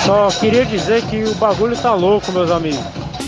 Só queria dizer que o bagulho tá louco, meus amigos.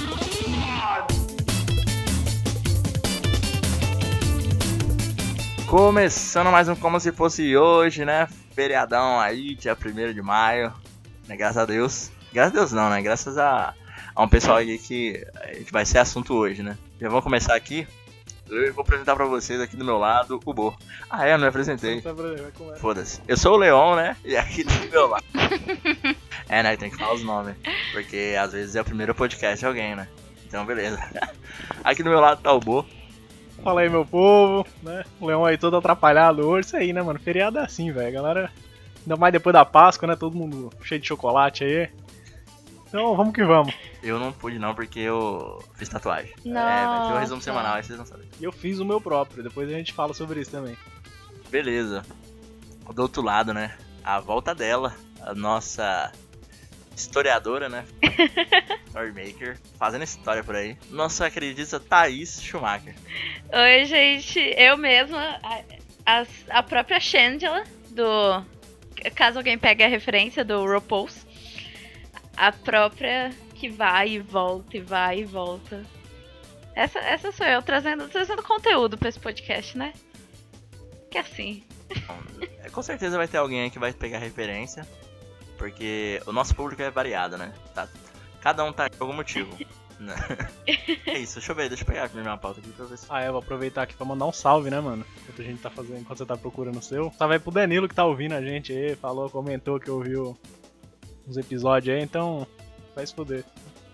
Começando mais um Como Se Fosse Hoje, né? Feriadão aí, dia 1º de maio, né? Graças a Deus. Graças a Deus não, né? Graças a um pessoal aí que a gente vai ser assunto hoje, né? Já vamos começar aqui. Eu vou apresentar pra vocês aqui do meu lado o Bo. Ah, eu não me apresentei. Foda-se. Eu sou o Leon, né? E aqui do meu lado. Né? Tem que falar os nomes. Porque às vezes é o primeiro podcast de alguém, né? Então, beleza. Aqui do meu lado tá o Bo. Fala aí, meu povo, né? O Leão aí todo atrapalhado hoje. Isso aí, né, mano? Feriado é assim, velho. Galera, ainda mais depois da Páscoa, né? Todo mundo cheio de chocolate aí. Então, vamos que vamos. Eu não pude não, porque eu fiz tatuagem. Nossa. Vai ter um resumo semanal, aí vocês não sabem. E eu fiz o meu próprio, depois a gente fala sobre isso também. Beleza. Do outro lado, né? A volta dela, a nossa historiadora, né? Storymaker, fazendo história por aí. Nossa queridíssima Thaís Schumacher. Oi, gente. Eu mesma, a própria Shangela, do... Caso alguém pegue a referência do RuPaul's. A própria que vai e volta, e vai e volta. Essa sou eu, trazendo conteúdo pra esse podcast, né? Que assim. Com certeza vai ter alguém aí que vai pegar referência. Porque o nosso público é variado, né? Cada um tá por algum motivo. É isso, deixa eu pegar a minha pauta aqui pra ver se... Eu vou aproveitar aqui pra mandar um salve, né, mano? Enquanto a gente tá fazendo, enquanto você tá procurando o seu. Salve aí pro Danilo que tá ouvindo a gente aí, falou, comentou que ouviu uns episódios aí, então vai se fuder.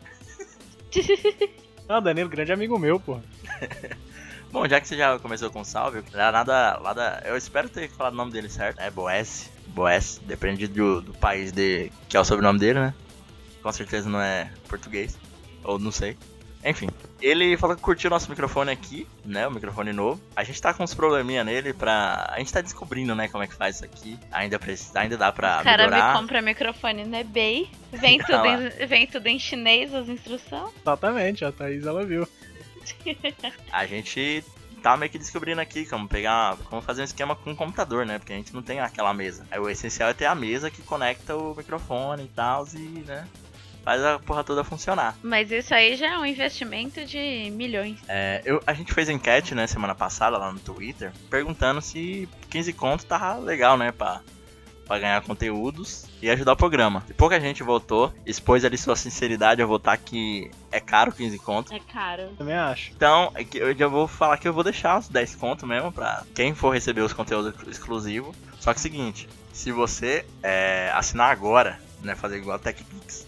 Não, Danilo, grande amigo meu, pô. Bom, já que você já começou com salve, lá da... Eu espero ter falado o nome dele certo. É Boés, depende do país que é o sobrenome dele, né? Com certeza não é português, ou não sei. Enfim, ele falou que curtiu o nosso microfone aqui, né, o microfone novo. A gente tá com uns probleminha nele a gente tá descobrindo, né, como é que faz isso aqui. Ainda dá pra melhorar. O cara me compra microfone no eBay, vem tudo em chinês, as instruções. Exatamente, a Thaís, ela viu. A gente tá meio que descobrindo aqui como fazer um esquema com o computador, né, porque a gente não tem aquela mesa. Aí o essencial é ter a mesa que conecta o microfone e tal, e, né, faz a porra toda funcionar. Mas isso aí já é um investimento de milhões. A gente fez enquete, né, semana passada lá no Twitter, perguntando se 15 conto tava legal, né, pra ganhar conteúdos e ajudar o programa. E pouca gente votou, expôs ali sua sinceridade ao votar que é caro 15 conto. É caro. Também acho. Então, eu já vou falar que eu vou deixar os 10 conto mesmo pra quem for receber os conteúdos exclusivos. Só que é o seguinte, se você assinar agora, né, fazer igual a TechPix,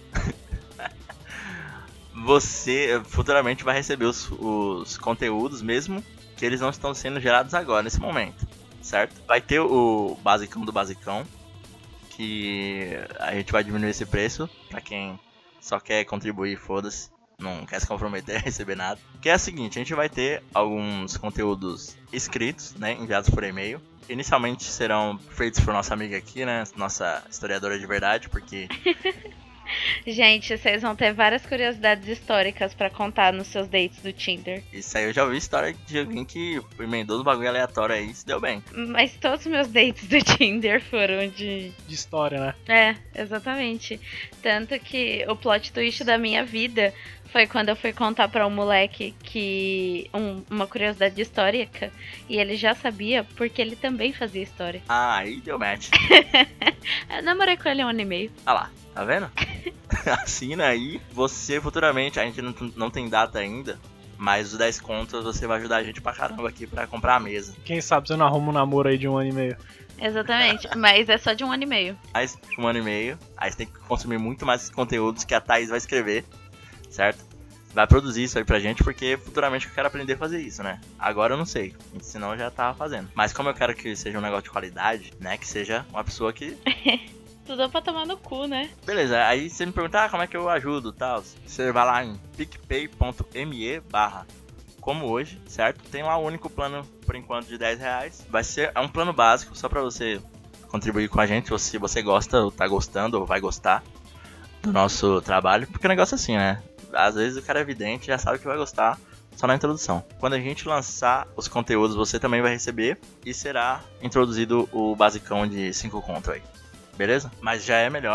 você futuramente vai receber os conteúdos mesmo que eles não estão sendo gerados agora, nesse momento, certo? Vai ter o basicão do basicão, que a gente vai diminuir esse preço pra quem só quer contribuir, foda-se, não quer se comprometer a receber nada. Que é o seguinte, a gente vai ter alguns conteúdos escritos, né, enviados por e-mail. Inicialmente serão feitos por nossa amiga aqui, né, nossa historiadora de verdade, porque... Gente, vocês vão ter várias curiosidades históricas pra contar nos seus dates do Tinder. Isso aí eu já ouvi história de alguém que emendou no bagulho aleatório aí e se deu bem. Mas todos os meus dates do Tinder foram de história, né? Exatamente. Tanto que o plot twist da minha vida foi quando eu fui contar pra um moleque que uma curiosidade histórica e ele já sabia porque ele também fazia história. Aí deu match. Eu namorei com ele 1 ano e meio. Ah lá, tá vendo? Assina aí, você futuramente, a gente não tem data ainda, mas os 10 contos você vai ajudar a gente pra caramba aqui pra comprar a mesa. Quem sabe você não arruma um namoro aí de 1 ano e meio. Exatamente, mas é só de 1 ano e meio. Mais de 1 ano e meio, aí você tem que consumir muito mais conteúdos que a Thaís vai escrever, certo? Vai produzir isso aí pra gente, porque futuramente eu quero aprender a fazer isso, né? Agora eu não sei, senão eu já tava fazendo. Mas como eu quero que seja um negócio de qualidade, né? Que seja uma pessoa que... Tudo pra tomar no cu, né? Beleza, aí você me pergunta, como é que eu ajudo e tal. Você vai lá em picpay.me/como hoje, certo? Tem lá o único plano, por enquanto, de R$10. É um plano básico, só pra você contribuir com a gente, ou se você gosta, ou tá gostando, ou vai gostar do nosso trabalho. Porque o negócio é assim, né? Às vezes o cara é evidente, já sabe que vai gostar, só na introdução. Quando a gente lançar os conteúdos, você também vai receber e será introduzido o basicão de 5 conto aí. Beleza? Mas já é melhor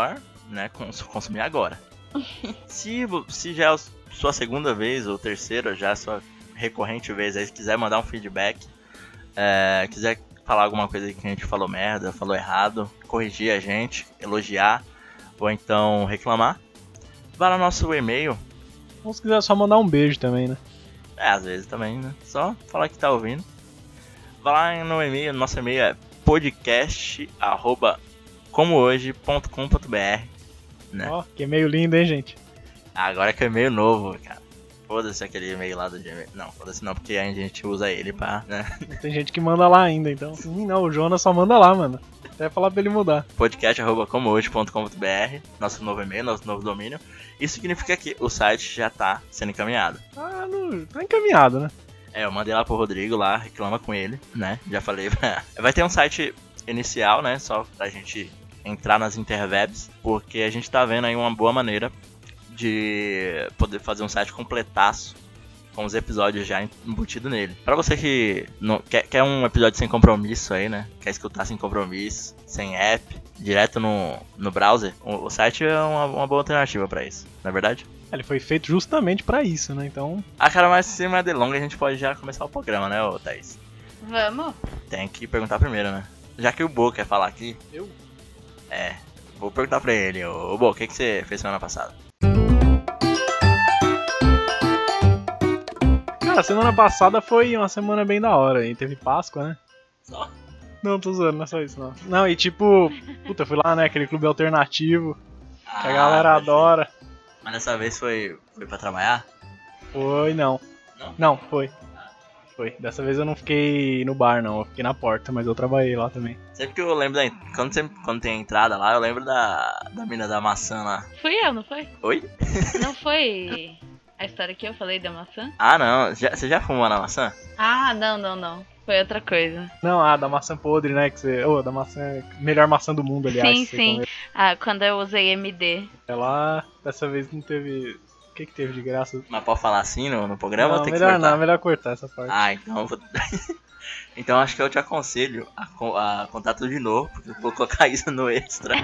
né, consumir agora. Se já é a sua segunda vez ou terceira, já é a sua recorrente vez, aí se quiser mandar um feedback, quiser falar alguma coisa que a gente falou merda, falou errado, corrigir a gente, elogiar, ou então reclamar, vá no nosso e-mail. Ou se quiser só mandar um beijo também, né? Às vezes também, né? Só falar que tá ouvindo. Vá lá no e-mail, nosso e-mail é podcast@comohoje.com.br, né? Ó, que e-mail lindo, hein, gente? Agora que é e-mail novo, cara. Foda-se aquele e-mail lá do Gmail. Não, foda-se não, porque a gente usa ele pra, né? Tem gente que manda lá ainda, então. Sim, não, o Jonas só manda lá, mano. Até falar pra ele mudar. podcast@comohoje.com.br, nosso novo e-mail, nosso novo domínio. Isso significa que o site já tá sendo encaminhado. Ah, não, tá encaminhado, né? Eu mandei lá pro Rodrigo lá, reclama com ele, né? Já falei. Vai ter um site inicial, né? Só pra gente entrar nas interwebs, porque a gente tá vendo aí uma boa maneira de poder fazer um site completaço com os episódios já embutidos nele. Pra você que não, quer um episódio sem compromisso aí, né? Quer escutar sem compromisso, sem app, direto no browser, o site é uma boa alternativa pra isso, não é verdade? Ele foi feito justamente pra isso, né? Então. Cara, mas sem mais delongas, a gente pode já começar o programa, né, ô Thaís? Vamos? Tem que perguntar primeiro, né? Já que o Bo quer falar aqui. Eu? Vou perguntar pra ele. Ô Bo, o que você fez semana passada? Cara, semana passada foi uma semana bem da hora, hein? Teve Páscoa, né? Só. Não, tô zoando, não é só isso, não. Não, e tipo, puta, fui lá, né? Aquele clube alternativo que a galera adora. Mas dessa vez foi pra trabalhar? Foi, não. Não, foi. Foi. Dessa vez eu não fiquei no bar, não. Eu fiquei na porta, mas eu trabalhei lá também. Sempre que eu lembro quando tem a entrada lá, eu lembro da mina da maçã lá. Fui eu, não foi? Oi? Não foi a história que eu falei da maçã? Ah, não. Você já fumou na maçã? Ah, não. Foi outra coisa. Não, da maçã podre, né? Que você. Da maçã. Melhor maçã do mundo, aliás. Sim, você sim. comeu. Ah, quando eu usei MD. Ela, dessa vez não teve. O que teve de graça? Mas pode falar assim no programa Não, ou tem que melhor cortar? não, melhor cortar essa parte. Ah, então... Então acho que eu te aconselho a contar tudo de novo, porque eu vou colocar isso no extra.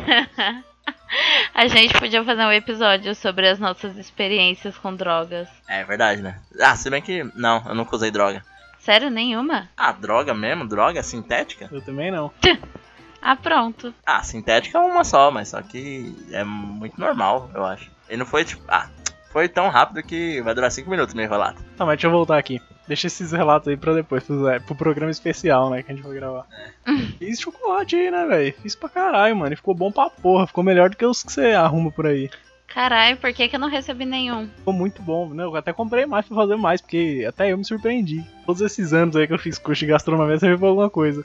A gente podia fazer um episódio sobre as nossas experiências com drogas. É verdade, né? Ah, se bem que... Não, eu nunca usei droga. Sério, nenhuma? Ah, droga mesmo? Droga sintética? Eu também não. Ah, pronto. Ah, sintética é uma só, mas só que é muito normal, eu acho. E não foi tipo... foi tão rápido que vai durar 5 minutos meu relato. Tá, mas deixa eu voltar aqui. Deixa esses relatos aí pra depois, pro programa especial, né, que a gente vai gravar. Fiz chocolate aí, né, velho? Fiz pra caralho, mano. E ficou bom pra porra. Ficou melhor do que os que você arruma por aí. Caralho, por que eu não recebi nenhum? Ficou muito bom, né? Eu até comprei mais pra fazer mais, porque até eu me surpreendi. Todos esses anos aí que eu fiz curso de gastronomia, você viu alguma coisa.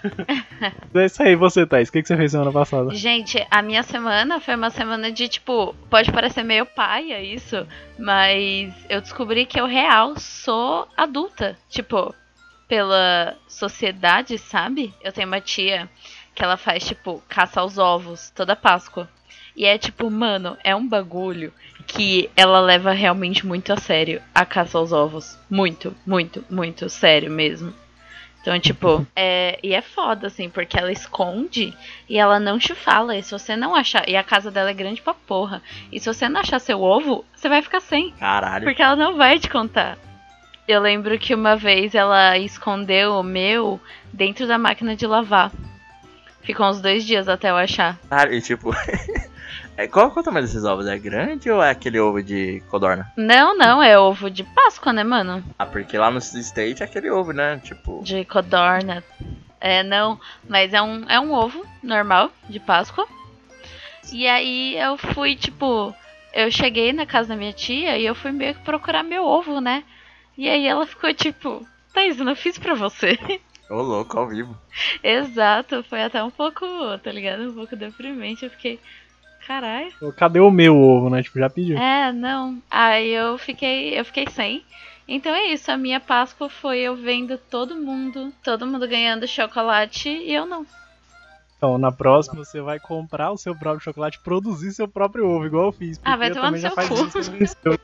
É isso aí, você, Thaís. O que você fez semana passada? Gente, a minha semana foi uma semana de, tipo, pode parecer meio paia isso, mas eu descobri que eu real sou adulta. Tipo, pela sociedade, sabe? Eu tenho uma tia que ela faz, tipo, caça aos ovos toda Páscoa. E é tipo, mano, é um bagulho que ela leva realmente muito a sério a caça aos ovos. Muito, muito, muito sério mesmo. Então, tipo, e é foda, assim, porque ela esconde e ela não te fala. E se você não achar. E a casa dela é grande pra porra. E se você não achar seu ovo, você vai ficar sem. Caralho. Porque ela não vai te contar. Eu lembro que uma vez ela escondeu o meu dentro da máquina de lavar. Ficou uns 2 dias até eu achar. Cara, e tipo... Qual é o tamanho desses ovos? É grande ou é aquele ovo de codorna? Não, é ovo de Páscoa, né, mano? Ah, porque lá no State é aquele ovo, né? Tipo... De codorna. Não, mas é um ovo normal, de Páscoa. E aí eu fui, tipo... Eu cheguei na casa da minha tia e eu fui meio que procurar meu ovo, né? E aí ela ficou tipo... Thaís, eu não fiz pra você. Ô, louco, ao vivo. Exato, foi até um pouco, tá ligado? Um pouco deprimente, eu fiquei... Caralho. Cadê o meu ovo, né? Tipo, já pediu. Não. Aí eu fiquei sem. Então é isso, a minha Páscoa foi eu vendo todo mundo ganhando chocolate e eu não. Então, na próxima você vai comprar o seu próprio chocolate, produzir seu próprio ovo, igual eu fiz. Vai tomar no seu cu.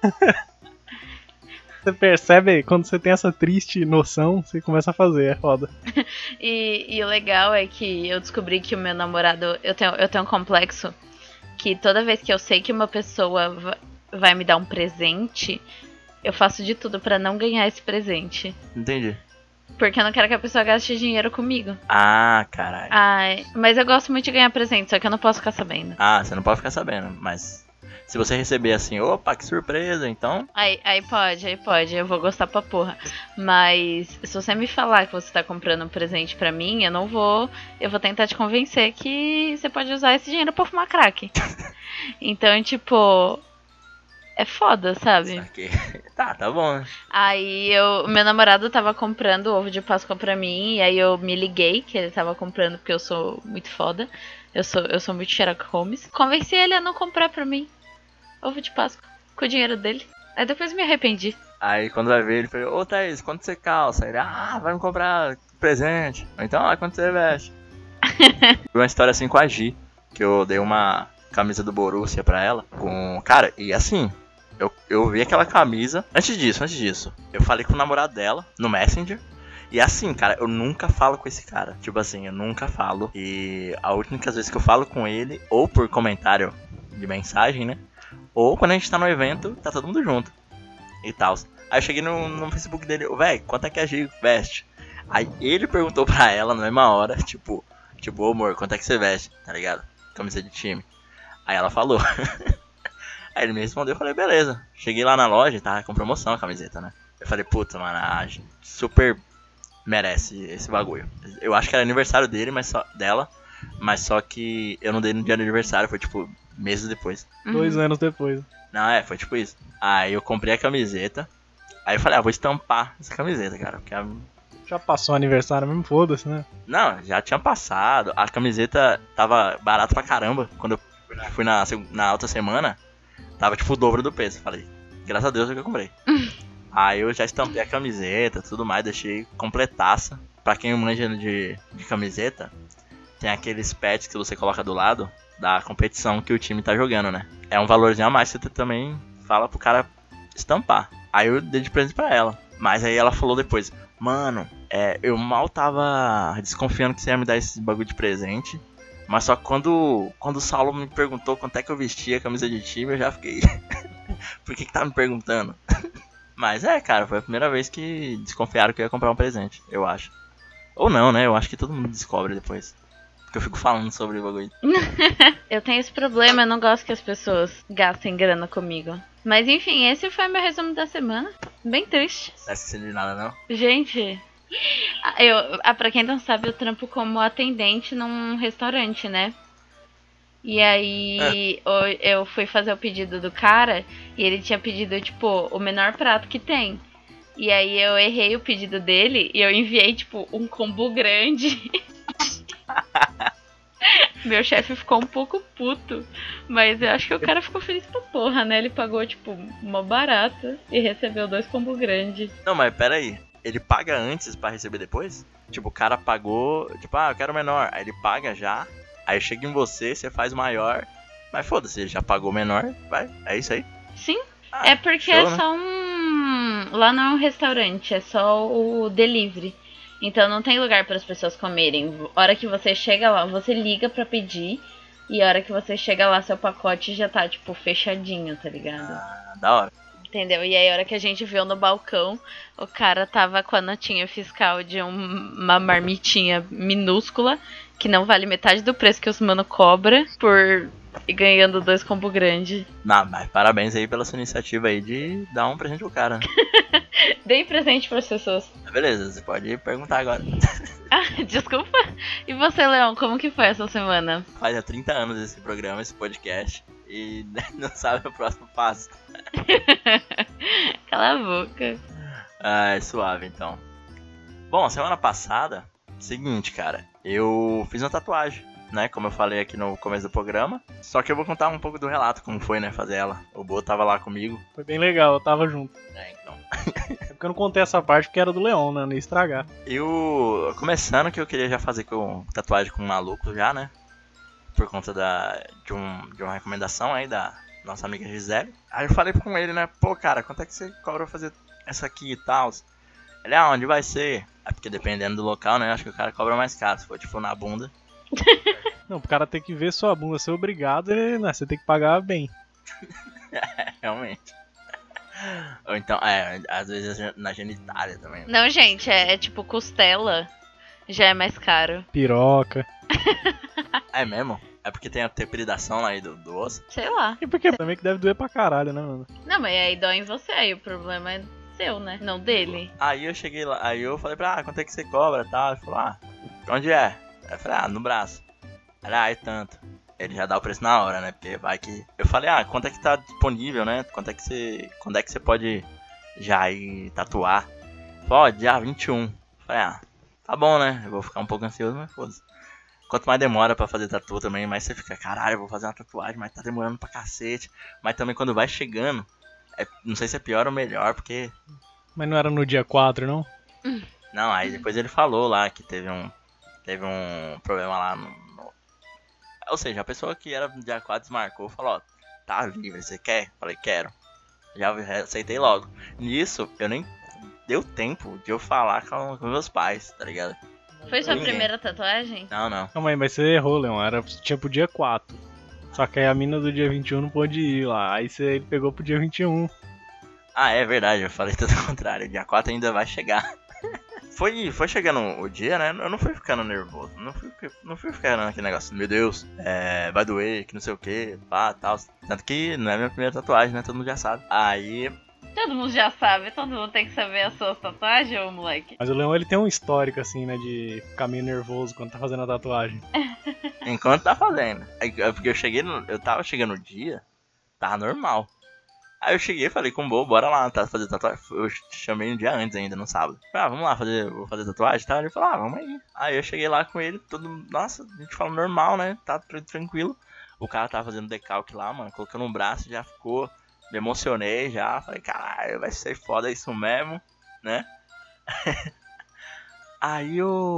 Você percebe, quando você tem essa triste noção, você começa a fazer, é foda. E o legal é que eu descobri que o meu namorado, eu tenho um complexo que toda vez que eu sei que uma pessoa vai me dar um presente, eu faço de tudo pra não ganhar esse presente. Entendi. Porque eu não quero que a pessoa gaste dinheiro comigo. Ah, caralho. Ai, mas eu gosto muito de ganhar presente, só que eu não posso ficar sabendo. Ah, você não pode ficar sabendo, mas se você receber assim, opa, que surpresa, então... Aí pode, eu vou gostar pra porra. Mas se você me falar que você tá comprando um presente pra mim, eu vou tentar te convencer que você pode usar esse dinheiro pra fumar crack. Então, tipo, é foda, sabe? Saquei. Tá bom, né? Aí meu namorado tava comprando ovo de Páscoa pra mim, e aí eu me liguei que ele tava comprando porque eu sou muito foda. Eu sou muito Sherlock Holmes. Convenci ele a não comprar pra mim ovo de Páscoa com o dinheiro dele. Aí depois me arrependi. Aí quando vai ver, ele falou, ô Thaís, quanto você calça? Ele, vai me comprar presente. Ou então, quanto você veste? Uma história assim com a Gi, que eu dei uma camisa do Borussia pra ela. Cara, e assim, eu vi aquela camisa. Antes disso, eu falei com o namorado dela no Messenger. E assim, cara, eu nunca falo com esse cara. Tipo assim, eu nunca falo. E a única vez que eu falo com ele, ou por comentário de mensagem, né? Ou quando a gente tá no evento, tá todo mundo junto. E tal. Aí eu cheguei no Facebook dele, véi, quanto é que a Gi veste? Aí ele perguntou pra ela na mesma hora, tipo, ô amor, quanto é que você veste? Tá ligado? Camisa de time. Aí ela falou. Aí ele me respondeu, eu falei, beleza. Cheguei lá na loja, tava com promoção a camiseta, né? Eu falei, puta, mano, a Gi super merece esse bagulho. Eu acho que era aniversário dele, dela, mas só que eu não dei no dia do aniversário, foi tipo meses depois. 2 anos depois. Não, foi tipo isso. Aí eu comprei a camiseta, aí eu falei, vou estampar essa camiseta, cara, porque Já passou o aniversário mesmo, foda-se, né? Não, já tinha passado, a camiseta tava barata pra caramba, quando eu fui na outra semana, tava tipo o dobro do preço, falei, graças a Deus é que eu comprei. Aí eu já estampei a camiseta, tudo mais, deixei completaça. Pra quem manja de camiseta, tem aqueles patches que você coloca do lado da competição que o time tá jogando, né? É um valorzinho a mais que você também fala pro cara estampar. Aí eu dei de presente pra ela. Mas aí ela falou depois, mano, eu mal tava desconfiando que você ia me dar esse bagulho de presente. Mas só quando o Saulo me perguntou quanto é que eu vestia a camisa de time, eu já fiquei... Por que tá me perguntando? Mas cara, foi a primeira vez que desconfiaram que eu ia comprar um presente, eu acho. Ou não, né? Eu acho que todo mundo descobre depois. Porque eu fico falando sobre o bagulho. Eu tenho esse problema, eu não gosto que as pessoas gastem grana comigo. Mas enfim, esse foi meu resumo da semana. Bem triste. Não tá esquecendo de nada, não? Gente, pra quem não sabe, eu trampo como atendente num restaurante, né? E aí eu fui fazer o pedido do cara e ele tinha pedido, tipo, o menor prato que tem. E aí eu errei o pedido dele e eu enviei, tipo, um combo grande. Meu chefe ficou um pouco puto, mas eu acho que o cara ficou feliz pra porra, né? Ele pagou, tipo, uma barata e recebeu 2 combos grandes. Não, mas pera aí. Ele paga antes pra receber depois? Tipo, o cara pagou, tipo, eu quero menor. Aí ele paga já. Aí chega em você faz o maior. Mas foda-se, ele já pagou o menor, vai. É isso aí? Sim, é porque show, é né? só lá não é um restaurante, é só o delivery. Então não tem lugar para as pessoas comerem. A hora que você chega lá, você liga pra pedir. E a hora que você chega lá, seu pacote já tá, tipo, fechadinho, tá ligado? Da hora. Entendeu? E aí a hora que a gente viu no balcão, o cara tava com a notinha fiscal de uma marmitinha minúscula, que não vale metade do preço que os mano cobra, por ir ganhando 2 combo grande. Não, mas parabéns aí pela sua iniciativa aí de dar um presente pro cara, né? Dei presente pras pessoas. Beleza, você pode perguntar agora. Desculpa. E você, Leon, como que foi essa semana? Faz há 30 anos esse programa, esse podcast, e não sabe o próximo passo. Cala a boca. É suave então. Bom, semana passada, seguinte, cara, eu fiz uma tatuagem, né? Como eu falei aqui no começo do programa. Só que eu vou contar um pouco do relato, como foi, né? Fazer ela. O Bo tava lá comigo. Foi bem legal, eu tava junto. Então. É porque eu não contei essa parte porque era do Leon, né? Não ia estragar. Eu, começando que eu queria já fazer com tatuagem com um maluco já, né? Por conta de uma recomendação aí da nossa amiga Gisele. Aí eu falei com ele, né? Pô, cara, quanto é que você cobra pra fazer essa aqui e tal? Ele, onde vai ser? É porque dependendo do local, né? Acho que o cara cobra mais caro. Se for tipo na bunda. Não, pro cara ter que ver sua bunda ser obrigado, você tem que pagar bem. Realmente. Ou então, às vezes na genitália também. Não, gente, é tipo costela. Já é mais caro. Piroca. É mesmo? É porque tem a tepridação lá aí do osso? Sei lá. E porque também que deve doer pra caralho, né, mano? Não, mas aí dói em você, aí o problema é seu, né? Não dele. Aí eu cheguei lá, aí eu falei quanto é que você cobra e tal? Ele falou, onde é? Aí eu falei, no braço. Ele, é tanto. Ele já dá o preço na hora, né? Porque vai que... Eu falei, quanto é que tá disponível, né? Quando é que você pode já ir tatuar? Ele falou, dia 21. Eu falei, tá bom, né? Eu vou ficar um pouco ansioso, mas foda-se. Quanto mais demora pra fazer tatu também, mais você fica, caralho, eu vou fazer uma tatuagem, mas tá demorando pra cacete. Mas também quando vai chegando, não sei se é pior ou melhor, porque... Mas não era no dia 4, não? Não, aí depois ele falou lá que teve um problema lá no... Ou seja, a pessoa que era no dia 4 desmarcou, falou, tá livre, você quer? Falei, quero. Já aceitei logo. Nisso, eu nem deu tempo de eu falar com meus pais, tá ligado? Foi sua Ninguém. primeira tatuagem? Não. Calma aí, mas você errou, Leon. Tinha pro dia 4. Só que aí a mina do dia 21 não pôde ir lá. Aí você pegou pro dia 21. É verdade, eu falei tudo ao contrário. Dia 4 ainda vai chegar. Foi chegando o dia, né? Eu não fui ficando nervoso. Não fui ficando naquele negócio. Meu Deus, vai doer, que não sei o que, pá, tal. Tanto que não é minha primeira tatuagem, né? Todo mundo já sabe. Aí... Todo mundo já sabe, todo mundo tem que saber as suas tatuagens, ô moleque. Mas o Leon, ele tem um histórico, assim, né? De ficar meio nervoso quando tá fazendo a tatuagem. Enquanto tá fazendo. Porque eu tava chegando no dia, tava normal. Aí eu cheguei e falei com o Bo, bora lá, tá, fazer tatuagem. Eu chamei um dia antes ainda, no sábado. Falei, vamos lá, vou fazer tatuagem, tá? Ele falou, vamos aí. Aí eu cheguei lá com ele, nossa, a gente fala normal, né? Tá tranquilo. O cara tava fazendo decalque lá, mano, colocando um braço, já ficou... Me emocionei já, falei, caralho, vai ser foda isso mesmo, né? Aí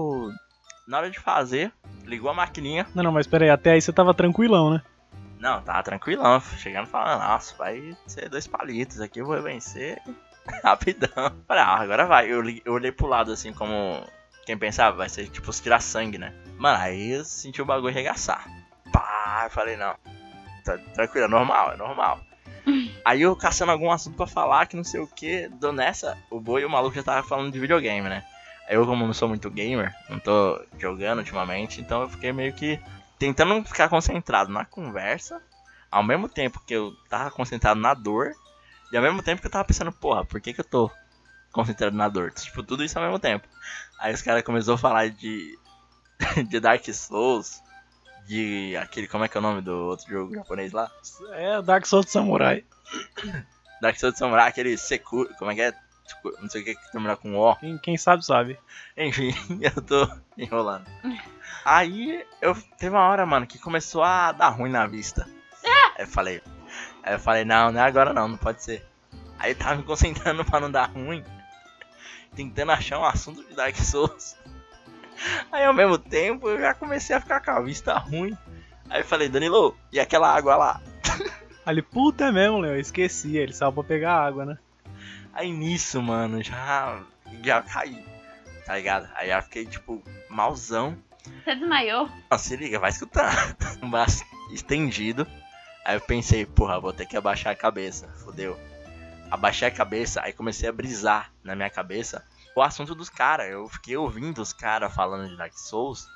na hora de fazer, ligou a maquininha. Não, mas pera aí, até aí você tava tranquilão, né? Não, tava tranquilão, chegando falando, nossa, vai ser 2 palitos aqui, eu vou vencer rapidão. Falei, agora vai. Eu olhei pro lado assim, como quem pensava, vai ser tipo tirar sangue, né? Mano, aí eu senti o bagulho arregaçar. Pá, eu falei, não, tá tranquilo, é normal. Aí eu caçando algum assunto pra falar, que não sei o que, dou nessa, o Boi e o maluco já tava falando de videogame, né? Aí eu, como não sou muito gamer, não tô jogando ultimamente, então eu fiquei meio que tentando ficar concentrado na conversa, ao mesmo tempo que eu tava concentrado na dor, e ao mesmo tempo que eu tava pensando, porra, por que eu tô concentrado na dor? Tipo, tudo isso ao mesmo tempo. Aí os caras começaram a falar de Dark Souls, de aquele, como é que é o nome do outro jogo japonês lá? É, Dark Souls Samurai. Dark Souls Samurai, aquele Sekiro, como é que é? Não sei o que terminar com O. Quem sabe, sabe. Enfim, eu tô enrolando. Aí, teve uma hora, mano, que começou a dar ruim na vista. Aí eu falei, não é agora não pode ser. Aí eu tava me concentrando pra não dar ruim, tentando achar um assunto de Dark Souls. Aí ao mesmo tempo eu já comecei a ficar com a vista ruim. Aí eu falei, Danilo, e aquela água lá? Aí ele, puta, é mesmo, Leon, eu esqueci, ele saiu pra pegar água, né? Aí nisso, mano, já caí, tá ligado? Aí eu fiquei tipo, malzão. Você desmaiou? Não, se liga, vai escutar. Um braço estendido. Aí eu pensei, porra, vou ter que abaixar a cabeça, fodeu. Abaixei a cabeça, aí comecei a brisar na minha cabeça o assunto dos caras. Eu fiquei ouvindo os caras falando de Dark Souls.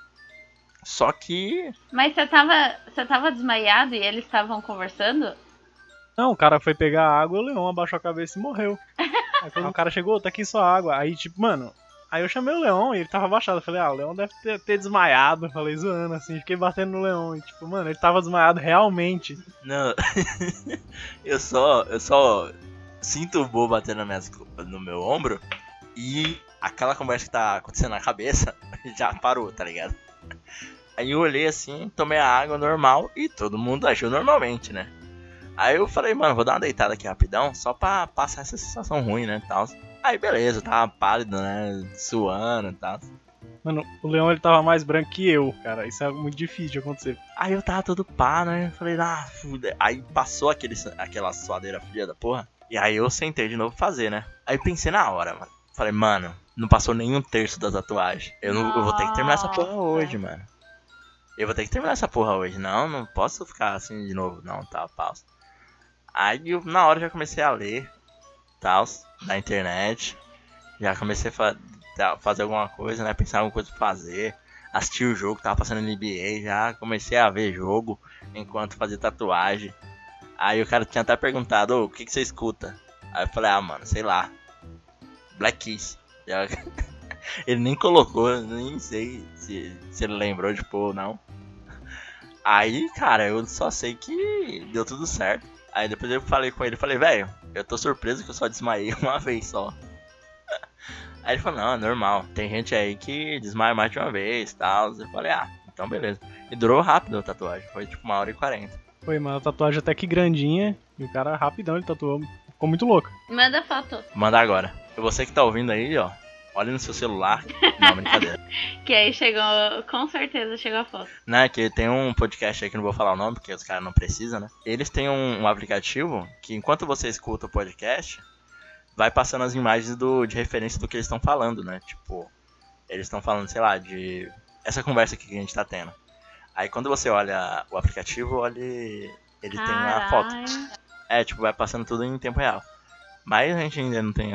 Só que... Mas você tava desmaiado e eles estavam conversando? Não, o cara foi pegar água, o Leon abaixou a cabeça e morreu. Aí quando o cara chegou, tá aqui sua água. Aí tipo, mano... Aí eu chamei o Leon e ele tava abaixado. Eu falei, o Leon deve ter desmaiado. Falei, zoando assim, fiquei batendo no Leon. E tipo, mano, ele tava desmaiado realmente. Não, eu só sinto o Bo batendo no meu ombro. E aquela conversa que tá acontecendo na cabeça já parou, tá ligado? Aí eu olhei assim, tomei a água normal e todo mundo agiu normalmente, né? Aí eu falei, mano, vou dar uma deitada aqui rapidão, só pra passar essa sensação ruim, né, tal. Aí beleza, tava pálido, né, suando e tal. Mano, o Leon ele tava mais branco que eu, cara, isso é muito difícil de acontecer. Aí eu tava todo pá, né, falei, fuda. Aí passou aquela suadeira fria da porra, e aí eu sentei de novo pra fazer, né. Aí pensei na hora, mano, falei, mano, não passou nem um terço da tatuagem. Eu vou ter que terminar essa porra hoje, mano. eu vou ter que terminar essa porra hoje. Não posso ficar assim de novo. Não, tá, pausa. Aí eu, na hora já comecei a ler, tal, na internet. Já comecei a fazer alguma coisa, né? Pensar em alguma coisa pra fazer. Assistir o jogo, tava passando NBA, já comecei a ver jogo enquanto fazia tatuagem. Aí o cara tinha até perguntado, ô, o que você escuta? Aí eu falei, ah, mano, sei lá. Black Keys. Ele nem colocou, nem sei se ele lembrou de pôr ou não. Aí, cara, eu só sei que deu tudo certo. Aí depois eu falei com ele, falei, velho, eu tô surpreso que eu só desmaiei uma vez só. Aí ele falou, não, é normal, tem gente aí que desmaia mais de uma vez e tal. Eu falei, ah, então beleza. E durou rápido a tatuagem, foi tipo 1h40. Foi, mano, a tatuagem até que grandinha. E o cara rapidão ele tatuou. Ficou muito louco. Manda foto. Manda agora. E você que tá ouvindo aí, ó, olha no seu celular. Não, brincadeira. Que aí chegou, com certeza chegou a foto. Né, que tem um podcast aí que eu não vou falar o nome, porque os caras não precisam, né? Eles têm um aplicativo que enquanto você escuta o podcast, vai passando as imagens de referência do que eles estão falando, né? Tipo, eles estão falando, sei lá, de essa conversa aqui que a gente tá tendo. Aí quando você olha o aplicativo, ele tem a foto. É, tipo, vai passando tudo em tempo real. Mas a gente ainda não tem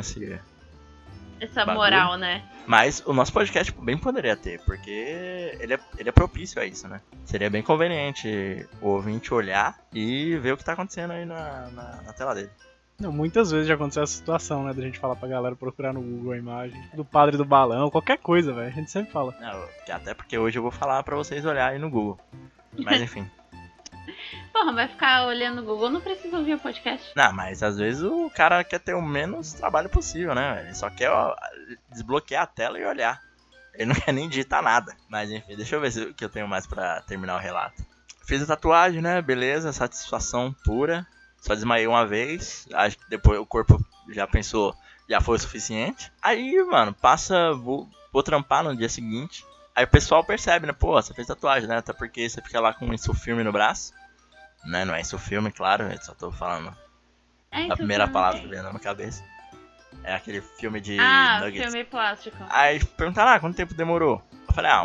Essa bagulho. moral, né? Mas o nosso podcast bem poderia ter, porque ele é propício a isso, né? Seria bem conveniente o ouvinte olhar e ver o que tá acontecendo aí na tela dele. Não, muitas vezes já aconteceu essa situação, né? Da gente falar pra galera procurar no Google a imagem do padre do balão, qualquer coisa, velho. A gente sempre fala. Não, até porque hoje eu vou falar pra vocês olharem no Google. Mas enfim. Porra, vai ficar olhando no Google, não precisa ouvir o podcast. Não, mas às vezes o cara quer ter o menos trabalho possível, né? Ele só quer desbloquear a tela e olhar. Ele não quer nem digitar nada. Mas enfim, deixa eu ver o que eu tenho mais pra terminar o relato. Fiz a tatuagem, né? Beleza, satisfação pura. Só desmaiei uma vez. Acho que depois o corpo já pensou, já foi o suficiente. Aí, mano, vou trampar no dia seguinte. Aí o pessoal percebe, né? Pô, você fez tatuagem, né? Até porque você fica lá com um insufilme no braço. Né? Não é insufilme, claro. Eu só tô falando a primeira palavra que veio na minha cabeça. É aquele filme de nuggets. Filme plástico. Aí perguntaram, quanto tempo demorou? Eu falei,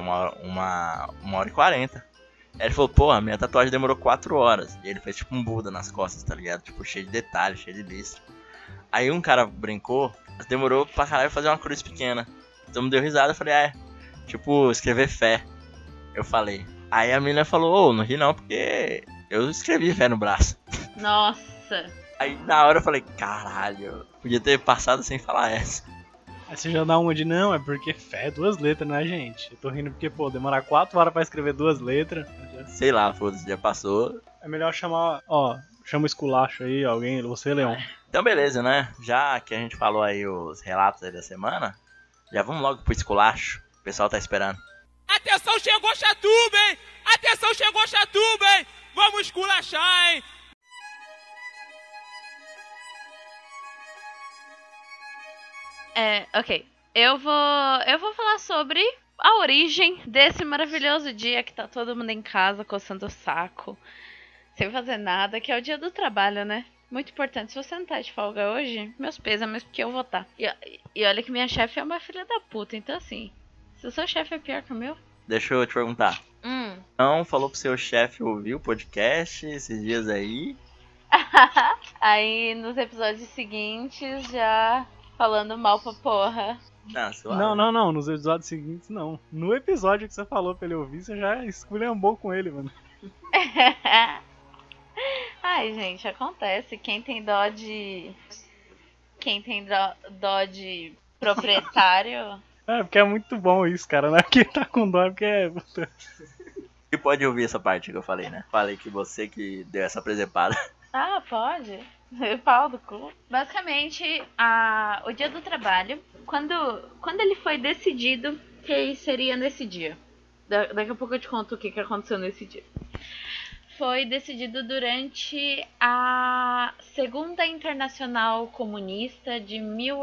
1h40. Aí ele falou, porra, minha tatuagem demorou 4 horas. E ele fez tipo um Buda nas costas, tá ligado? Tipo, cheio de detalhes, cheio de listro. Aí um cara brincou, demorou pra caralho fazer uma cruz pequena. Então me deu risada, eu falei, tipo, escrever fé. Eu falei. Aí a menina falou, não ri não, porque eu escrevi fé no braço. Nossa. Aí na hora eu falei, caralho, podia ter passado sem falar essa. Aí você já dá uma de não, é porque fé é 2 letras, né, gente? Eu tô rindo porque, pô, demorar 4 horas pra escrever 2 letras. Sei lá, foda-se, já passou. É melhor chamar, chama o esculacho aí, alguém, você, Leão. Então beleza, né? Já que a gente falou aí os relatos aí da semana, já vamos logo pro esculacho. O pessoal tá esperando. Atenção, chegou Chatuba, hein? Atenção, chegou Chatuba, hein? Vamos esculachar, hein? Ok. Eu vou falar sobre a origem desse maravilhoso dia que tá todo mundo em casa coçando o saco, sem fazer nada, que é o dia do trabalho, né? Muito importante. Se você não tá de folga hoje, meus pêsames, porque eu vou tá. E olha que minha chefe é uma filha da puta, então assim, se o seu chefe é pior que o meu... Deixa eu te perguntar. Não falou pro seu chefe ouvir o podcast esses dias aí? Aí nos episódios seguintes já falando mal pra porra. Não, nos episódios seguintes não. No episódio que você falou pra ele ouvir, você já esculhambou com ele, mano. Ai, gente, acontece. Quem tem dó de proprietário... É, porque é muito bom isso, cara. Não é porque tá com dó, é porque é... E pode ouvir essa parte que eu falei, né? Falei que você que deu essa presepada. Ah, pode. Pau do cu. Basicamente, o dia do trabalho, quando ele foi decidido que seria nesse dia. Daqui a pouco eu te conto o que aconteceu nesse dia. Foi decidido durante a Segunda Internacional Comunista de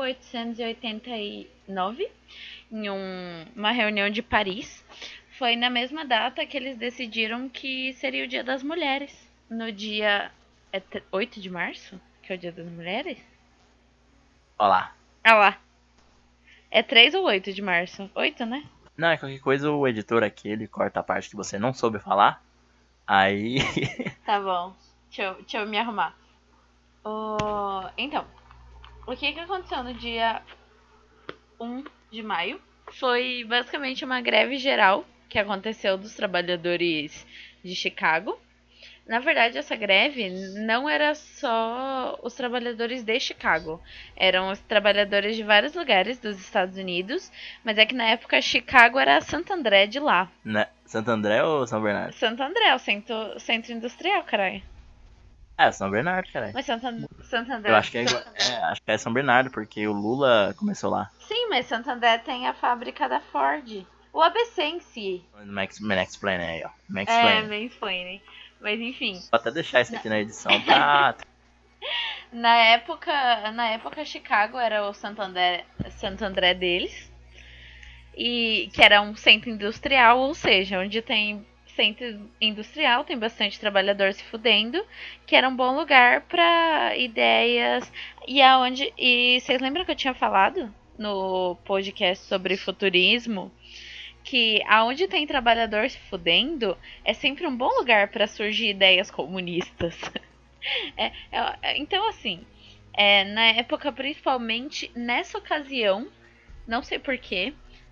1889, em uma reunião de Paris. Foi na mesma data que eles decidiram que seria o Dia das Mulheres. No dia 8 de março, que é o Dia das Mulheres? Olha lá. Ah lá. É 3 ou 8 de março? 8, né? Não, é qualquer coisa o editor aqui, ele corta a parte que você não soube falar. Aí. Tá bom. Deixa eu me arrumar. Então, o que aconteceu no dia 1 de maio? Foi basicamente uma greve geral que aconteceu dos trabalhadores de Chicago. Na verdade, essa greve não era só os trabalhadores de Chicago. Eram os trabalhadores de vários lugares dos Estados Unidos. Mas é que na época Chicago era Santo André de lá. Né? Santo André ou São Bernardo? Santo André, o centro industrial, caralho. É, São Bernardo, caralho. Mas Santo André... Eu acho que acho que é São Bernardo, porque o Lula começou lá. Sim, mas Santo André tem a fábrica da Ford. O ABC em si. Mansplaining aí, ó. Mansplaining. Mas enfim. Vou até deixar isso aqui na edição pra... Na época Chicago era o Santo André deles. E que era um centro industrial, ou seja, onde tem centro industrial, tem bastante trabalhador se fudendo, que era um bom lugar pra ideias. E vocês lembram que eu tinha falado no podcast sobre futurismo? Que aonde tem trabalhador se fudendo é sempre um bom lugar para surgir ideias comunistas. Então, assim, na época, principalmente nessa ocasião, não sei porquê,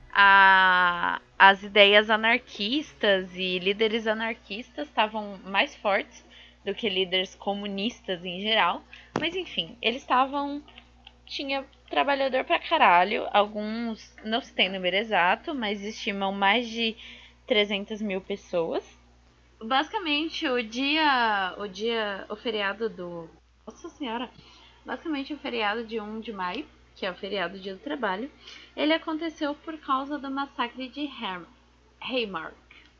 as ideias anarquistas e líderes anarquistas estavam mais fortes do que líderes comunistas em geral. Mas, enfim, tinha trabalhador pra caralho. Alguns, não se tem número exato, mas estimam mais de 300 mil pessoas. Basicamente, o feriado do... Nossa senhora! Basicamente, o feriado de 1 de maio, que é o feriado do Dia do Trabalho, ele aconteceu por causa do massacre de Haymark.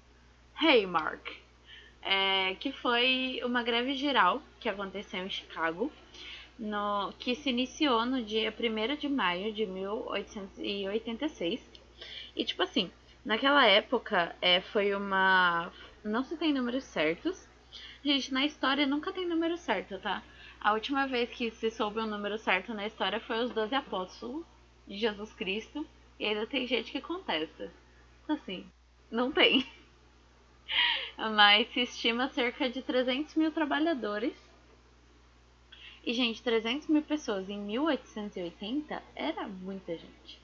Que foi uma greve geral que aconteceu em Chicago, que se iniciou no dia 1º de maio de 1886. E, tipo assim, naquela época foi uma... Não se tem números certos. Gente, na história nunca tem número certo, tá? A última vez que se soube um número certo na história foi os 12 apóstolos de Jesus Cristo. E ainda tem gente que contesta. Assim, não tem. Mas se estima cerca de 300 mil trabalhadores. E, gente, 300 mil pessoas em 1880 era muita gente.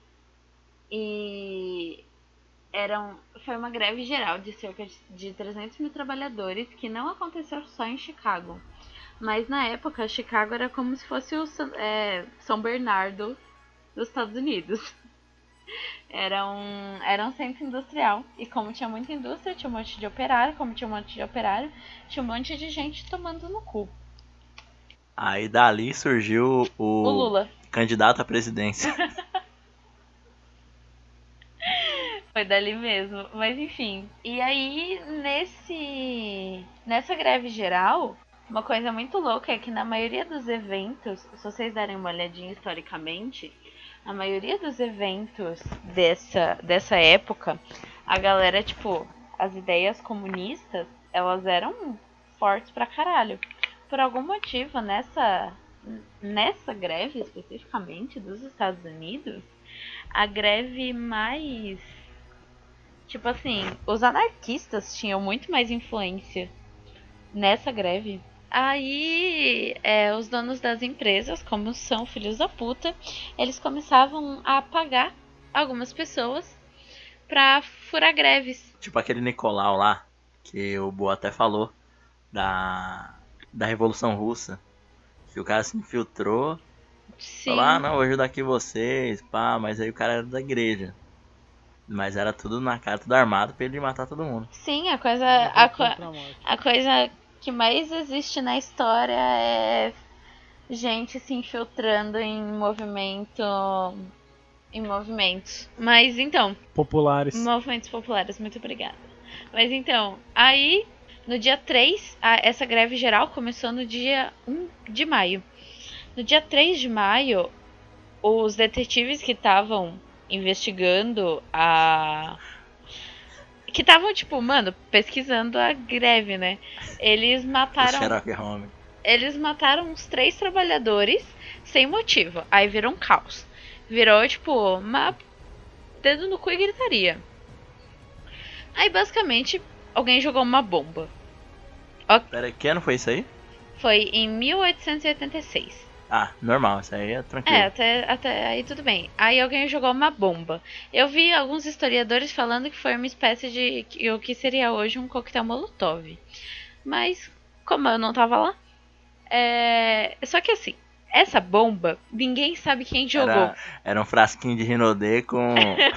E foi uma greve geral de cerca de 300 mil trabalhadores que não aconteceu só em Chicago. Mas na época, Chicago era como se fosse o São Bernardo dos Estados Unidos. Era um centro industrial. E como tinha muita indústria, tinha um monte de operário. Como tinha um monte de operário, tinha um monte de gente tomando no cu. Aí dali surgiu o Lula, candidato à presidência. Foi dali mesmo. Mas enfim. E aí, nessa greve geral, uma coisa muito louca é que na maioria dos eventos, se vocês derem uma olhadinha historicamente, a maioria dos eventos dessa época, a galera, tipo, as ideias comunistas, elas eram fortes pra caralho. Por algum motivo, nessa greve especificamente dos Estados Unidos, a greve mais... Tipo assim, os anarquistas tinham muito mais influência nessa greve. Aí, os donos das empresas, como são filhos da puta, eles começavam a pagar algumas pessoas pra furar greves. Tipo aquele Nicolau lá, que o Boa até falou, da Revolução Russa. Que o cara se infiltrou, Sim. falou, não, vou ajudar aqui vocês, pá, mas aí o cara era da igreja. Mas era tudo na cara, tudo armado pra ele matar todo mundo. Sim, a coisa que mais existe na história é gente se infiltrando em movimentos. Mas então... Populares. Movimentos populares, muito obrigada. Mas então, aí... No dia 3, essa greve geral começou no dia 1 de maio. No dia 3 de maio, os detetives que estavam investigando que estavam, tipo, mano, pesquisando a greve, né? Eles mataram uns 3 trabalhadores sem motivo. Aí virou um caos. Virou, tipo, dedo no cu e gritaria. Aí, basicamente, alguém jogou uma bomba. Pera, que ano foi isso aí? Foi em 1886. Ah, normal, isso aí é tranquilo. Até aí tudo bem. Aí alguém jogou uma bomba. Eu vi alguns historiadores falando que foi uma espécie de... o que seria hoje um coquetel Molotov. Mas, como eu não tava lá... Só que assim, essa bomba, ninguém sabe quem jogou. Era um frasquinho de Rinodê com...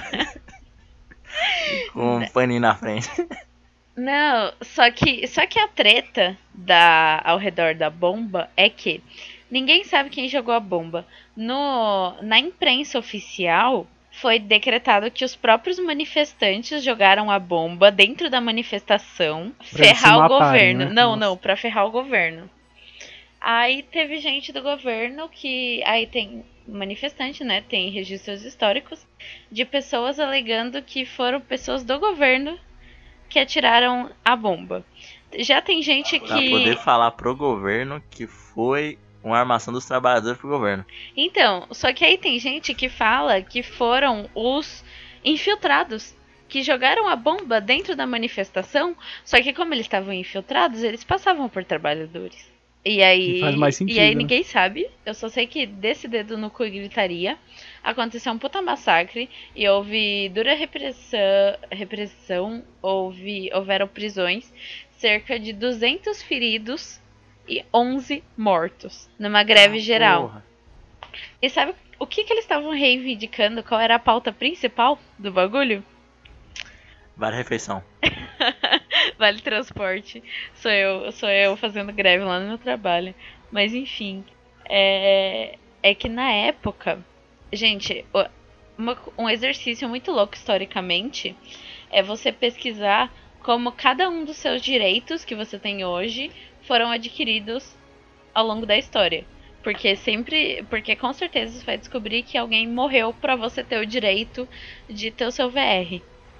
com um paninho na frente. Não, só que a treta ao redor da bomba é que ninguém sabe quem jogou a bomba. Na imprensa oficial, foi decretado que os próprios manifestantes jogaram a bomba dentro da manifestação, Pra eles se ferrar o matarem, governo. né? Não, Nossa. pra ferrar o governo. Aí teve gente do governo que... Aí tem manifestante, né? Tem registros históricos de pessoas alegando que foram pessoas do governo que atiraram a bomba. Já tem gente que... Pra poder falar pro governo que foi uma armação dos trabalhadores pro governo. Então, só que aí tem gente que fala que foram os infiltrados que jogaram a bomba dentro da manifestação, só que como eles estavam infiltrados, eles passavam por trabalhadores. E aí, Faz mais sentido, né? ninguém sabe. Eu só sei que desse dedo no cu e gritaria aconteceu um puta massacre e houve dura repressão, houveram prisões, cerca de 200 feridos e 11 mortos numa greve geral. Porra. E sabe o que eles estavam reivindicando? Qual era a pauta principal do bagulho? Vale refeição. Vale transporte. Sou eu fazendo greve lá no meu trabalho. Mas enfim. É que na época. Gente, um exercício muito louco historicamente é você pesquisar como cada um dos seus direitos que você tem hoje foram adquiridos ao longo da história. Porque com certeza você vai descobrir que alguém morreu pra você ter o direito de ter o seu VR.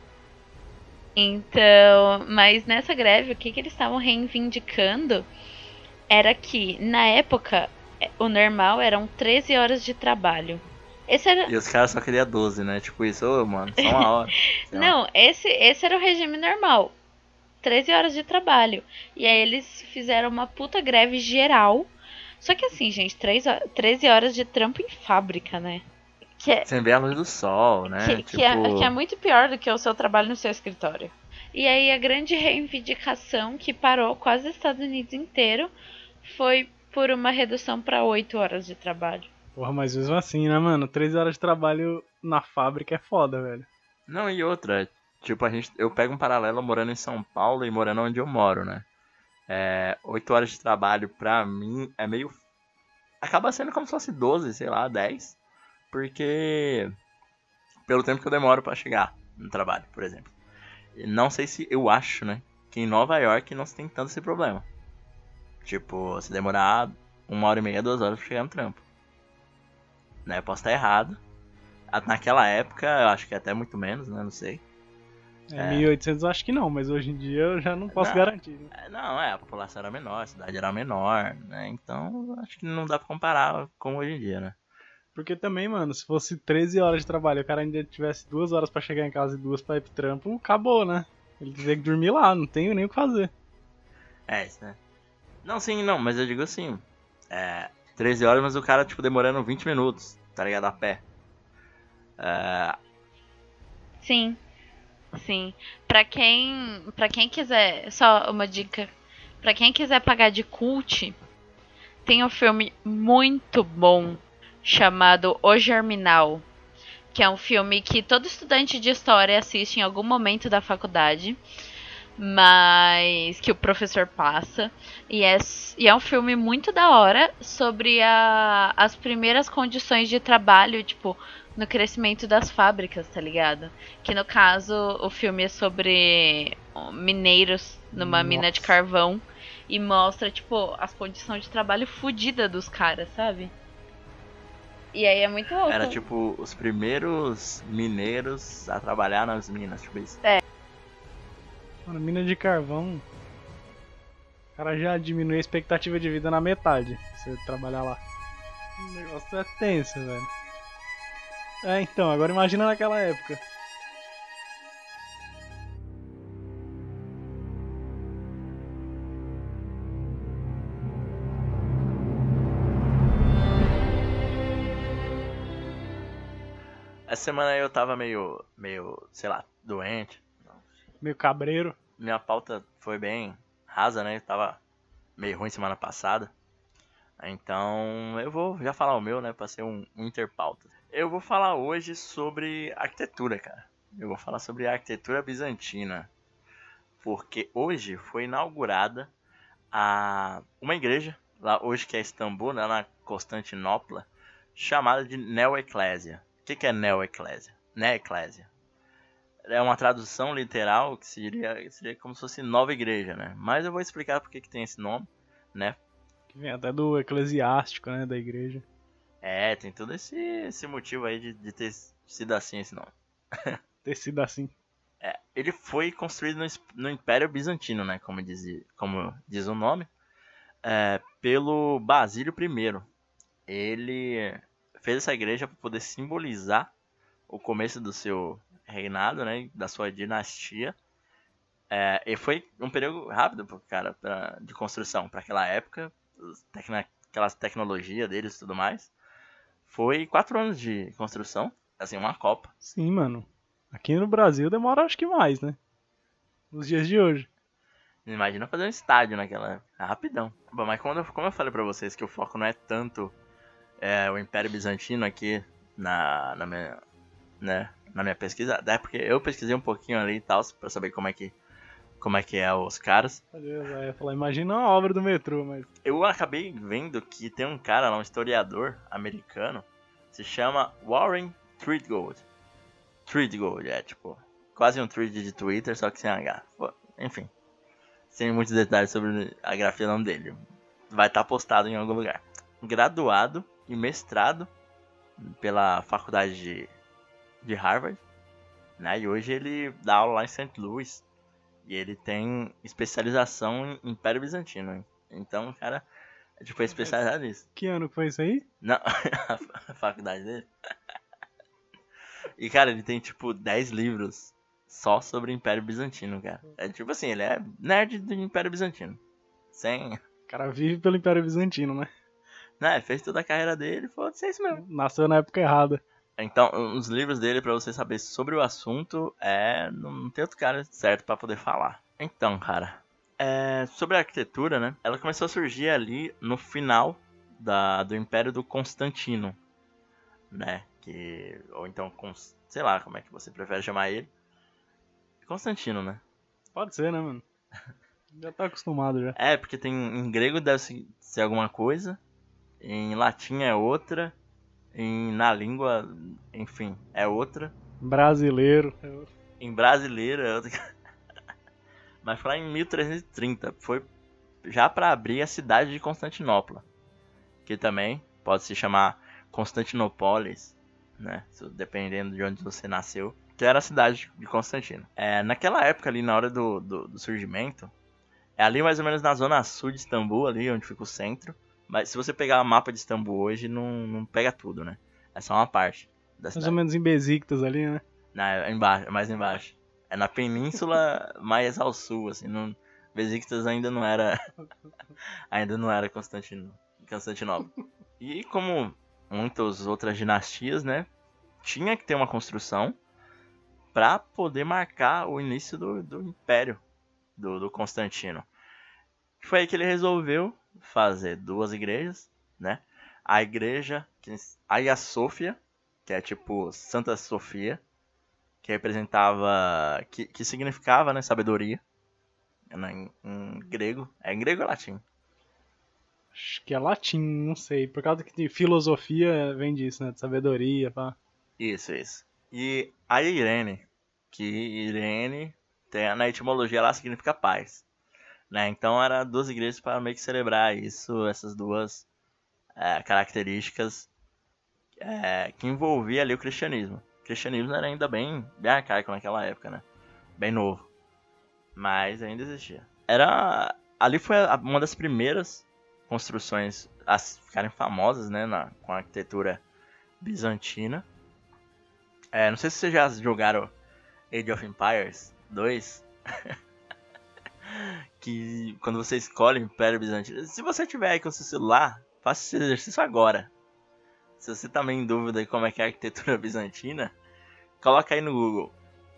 Então, mas nessa greve, o que eles estavam reivindicando era que, na época, o normal eram 13 horas de trabalho. E os caras só queriam 12, né? Tipo isso, mano, só uma hora. Não, esse era o regime normal. 13 horas de trabalho. E aí eles fizeram uma puta greve geral. Só que assim, gente, 13 horas de trampo em fábrica, né? Sem ver a luz do sol, né? Que é muito pior do que o seu trabalho no seu escritório. E aí a grande reivindicação que parou quase os Estados Unidos inteiro foi por uma redução para 8 horas de trabalho. Porra, mas mesmo assim, né, mano? 13 horas de trabalho na fábrica é foda, velho. Não, e outra, tipo, eu pego um paralelo morando em São Paulo e morando onde eu moro, né? 8 horas de trabalho pra mim é meio... Acaba sendo como se fosse 12, sei lá, 10. Porque... Pelo tempo que eu demoro pra chegar no trabalho, por exemplo. Não sei se... Eu acho, né? Que em Nova York não se tem tanto esse problema. Tipo, se demorar 1h30, 2 horas pra chegar no trampo. Né? Eu posso estar errado. Naquela época, eu acho que até muito menos, né? Não sei. 1800 eu acho que não, mas hoje em dia eu já não posso garantir. Né? Não, a população era menor, a cidade era menor, né? Então, acho que não dá pra comparar com hoje em dia, né? Porque também, mano, se fosse 13 horas de trabalho e o cara ainda tivesse 2 horas pra chegar em casa e 2 pra ir pro trampo, acabou, né? Ele teria que dormir lá, não tem nem o que fazer. Isso, né? Não, sim, não, mas eu digo assim, 13 horas, mas o cara, tipo, demorando 20 minutos, tá ligado? A pé. Sim. Pra quem quiser, só uma dica. Pra quem quiser pagar de cult, tem um filme muito bom chamado O Germinal, que é um filme que todo estudante de história assiste em algum momento da faculdade, mas que o professor passa, e é um filme muito da hora sobre as primeiras condições de trabalho, tipo, no crescimento das fábricas, tá ligado? Que no caso o filme é sobre mineiros numa mina de carvão e mostra, tipo, as condições de trabalho fodidas dos caras, sabe? E aí é muito louco. Era tipo os primeiros mineiros a trabalhar nas minas, tipo isso. Mano, mina de carvão, o cara já diminui a expectativa de vida na metade, se você trabalhar lá. O negócio é tenso, velho. Então, agora imagina naquela época. essa semana aí eu tava meio, sei lá, doente. Meio cabreiro. Minha pauta foi bem rasa, né? Tava meio ruim semana passada. Então eu vou já falar o meu, né? Pra ser um interpauta. Eu vou falar hoje sobre arquitetura, cara. Eu vou falar sobre a arquitetura bizantina. Porque hoje foi inaugurada uma igreja, lá hoje que é Istambul, né, na Constantinopla, chamada de Neo-Eclésia. O que é Neo-Eclésia? Neo-Eclésia. É uma tradução literal que seria como se fosse nova igreja, né? Mas eu vou explicar por que tem esse nome, né? Que vem até do eclesiástico, né? Da igreja. É, tem todo esse motivo aí de ter sido assim esse nome. Ter sido assim. Ele foi construído no Império Bizantino, né? Como diz o nome. Pelo Basílio I. Ele fez essa igreja para poder simbolizar o começo do seu reinado, né, da sua dinastia. E foi um período rápido pro cara de construção para aquela época, aquelas tecnologias deles e tudo mais. Foi 4 anos de construção, assim, uma copa. Sim, mano. Aqui no Brasil demora acho que mais, né? Nos dias de hoje. Imagina fazer um estádio naquela época. Rapidão. Bom, mas como eu falei pra vocês que o foco não é tanto o Império Bizantino aqui na minha pesquisa, até porque eu pesquisei um pouquinho ali e tal, pra saber como é que é os caras. Beleza, eu ia falar, imagina uma obra do metrô, mas... Eu acabei vendo que tem um cara lá, um historiador americano, se chama Warren Treadgold. Treadgold, tipo, quase um tweet de Twitter, só que sem H. Enfim, sem muitos detalhes sobre a grafia do nome dele. Vai estar postado em algum lugar. Graduado e mestrado pela faculdade de Harvard, né? E hoje ele dá aula lá em St. Louis. E ele tem especialização em Império Bizantino. Hein? Então, o cara é especializado nisso. Que ano que foi isso aí? Não, a faculdade dele. E, cara, ele tem, 10 livros só sobre o Império Bizantino, cara. É tipo assim, ele é nerd do Império Bizantino. O cara vive pelo Império Bizantino, né? Né, fez toda a carreira dele, foda-se, é isso mesmo. Nasceu na época errada. Então, os livros dele, pra você saber sobre o assunto, não tem outro cara certo pra poder falar. Então, cara, sobre a arquitetura, né? Ela começou a surgir ali no final do Império do Constantino, né? Ou então, sei lá como é que você prefere chamar ele. Constantino, né? Pode ser, né, mano? Já tá acostumado já. Porque em grego deve ser alguma coisa, em latim é outra, na língua, enfim, é outra. Brasileiro. Em brasileiro é outra. Mas foi lá em 1330, foi já para abrir a cidade de Constantinopla, que também pode se chamar Constantinopólis, né? Dependendo de onde você nasceu, que era a cidade de Constantino. Naquela época ali, na hora do surgimento, ali mais ou menos na zona sul de Istambul, ali onde fica o centro. Mas se você pegar o mapa de Istambul hoje, não pega tudo, né? É só uma parte da cidade. Mais ou menos em Besiktas ali, né? Mais embaixo. É na península mais ao sul, assim. Besiktas ainda não era Constantinopla. E como muitas outras dinastias, né? Tinha que ter uma construção para poder marcar o início do império do Constantino. Foi aí que ele resolveu fazer 2 igrejas, né? A igreja Hagia Sophia, que é tipo Santa Sofia, que representava, que significava, né, sabedoria, em grego. Em grego ou latim? Acho que é latim, não sei. Por causa que filosofia vem disso, né? De sabedoria, pá. Isso. E a Irene, que Irene, na etimologia, ela significa paz. Né? Então era 2 igrejas para meio que celebrar isso, essas 2 características que envolvia ali o cristianismo. O cristianismo era ainda bem arcaico naquela época, né? Bem novo. Mas ainda existia. Ali foi uma das primeiras construções a ficarem famosas, né? Com a arquitetura bizantina. Não sei se vocês já jogaram Age of Empires 2. Que quando você escolhe o Império Bizantino, se você tiver aí com seu celular, faça esse exercício agora. Se você tá meio em dúvida de como é que é a arquitetura bizantina, Coloca aí no Google.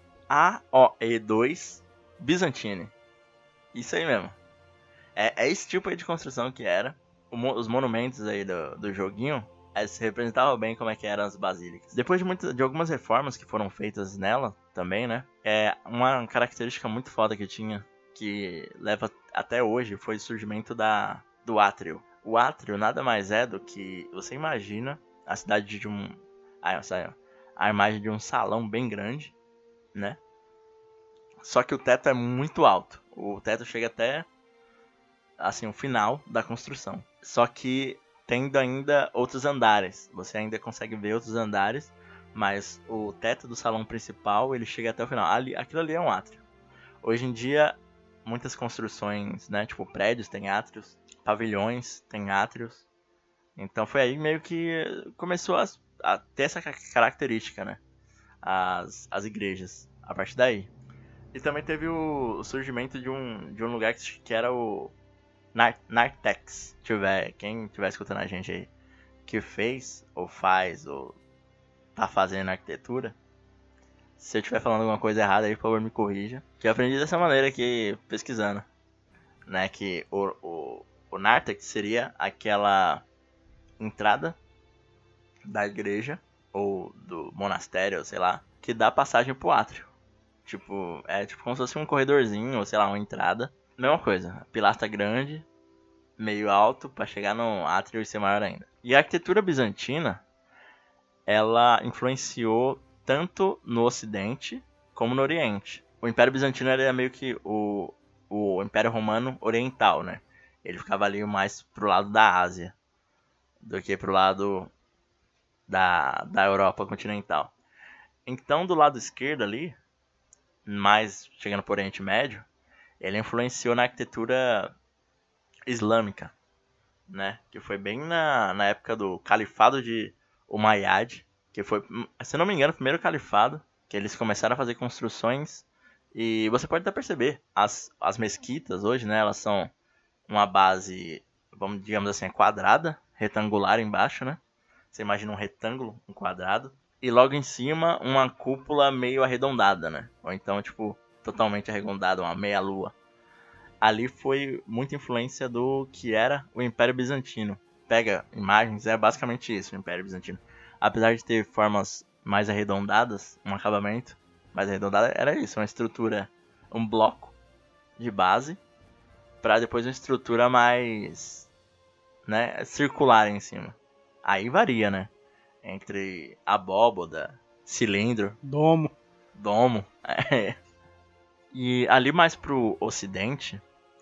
AOE2 Byzantine. Isso aí mesmo. É esse tipo aí de construção que era. Os monumentos aí do joguinho se representavam bem como é que eram as basílicas. Depois de algumas reformas que foram feitas nela também, né? Uma característica muito foda que tinha, que leva até hoje, foi o surgimento do átrio. O átrio nada mais é do que, você imagina a cidade de um... a imagem de um salão bem grande, né? Só que o teto é muito alto. O teto chega até, assim, o final da construção. Só que tendo ainda outros andares. Você ainda consegue ver outros andares, mas o teto do salão principal, ele chega até o final. Aquilo ali é um átrio. Hoje em dia, muitas construções, né, tipo prédios têm átrios, pavilhões têm átrios. Então foi aí meio que começou a ter essa característica, né? As igrejas, a partir daí. E também teve o surgimento de um lugar que era o Narthex. Quem estiver escutando a gente aí, que fez, ou faz, ou tá fazendo arquitetura, se eu estiver falando alguma coisa errada aí, por favor, me corrija. Que eu aprendi dessa maneira aqui, pesquisando. Né, que o Narthex seria aquela entrada da igreja, ou do monastério, ou sei lá, que dá passagem pro átrio. Tipo, tipo como se fosse um corredorzinho, ou sei lá, uma entrada. Mesma coisa, pilastra grande, meio alto, pra chegar no átrio e ser maior ainda. E a arquitetura bizantina, ela influenciou tanto no Ocidente como no Oriente. O Império Bizantino era meio que o Império Romano Oriental, né? Ele ficava ali mais pro lado da Ásia do que pro lado da Europa continental. Então, do lado esquerdo ali, mais chegando pro Oriente Médio, ele influenciou na arquitetura islâmica, né? Que foi bem na época do Califado de Umayyad, que foi, se não me engano, o primeiro califado, que eles começaram a fazer construções. E você pode até perceber, as mesquitas hoje, né? Elas são uma base, digamos assim, quadrada, retangular embaixo, né? Você imagina um retângulo, um quadrado. E logo em cima, uma cúpula meio arredondada, né? Ou então, tipo, totalmente arredondada, uma meia-lua. Ali foi muita influência do que era o Império Bizantino. Pega imagens, é basicamente isso, o Império Bizantino. Apesar de ter formas mais arredondadas, um acabamento mais arredondado, era isso, uma estrutura, um bloco de base, para depois uma estrutura mais, né, circular em cima. Aí varia, né? Entre abóboda, cilindro, Domo. E ali mais pro ocidente,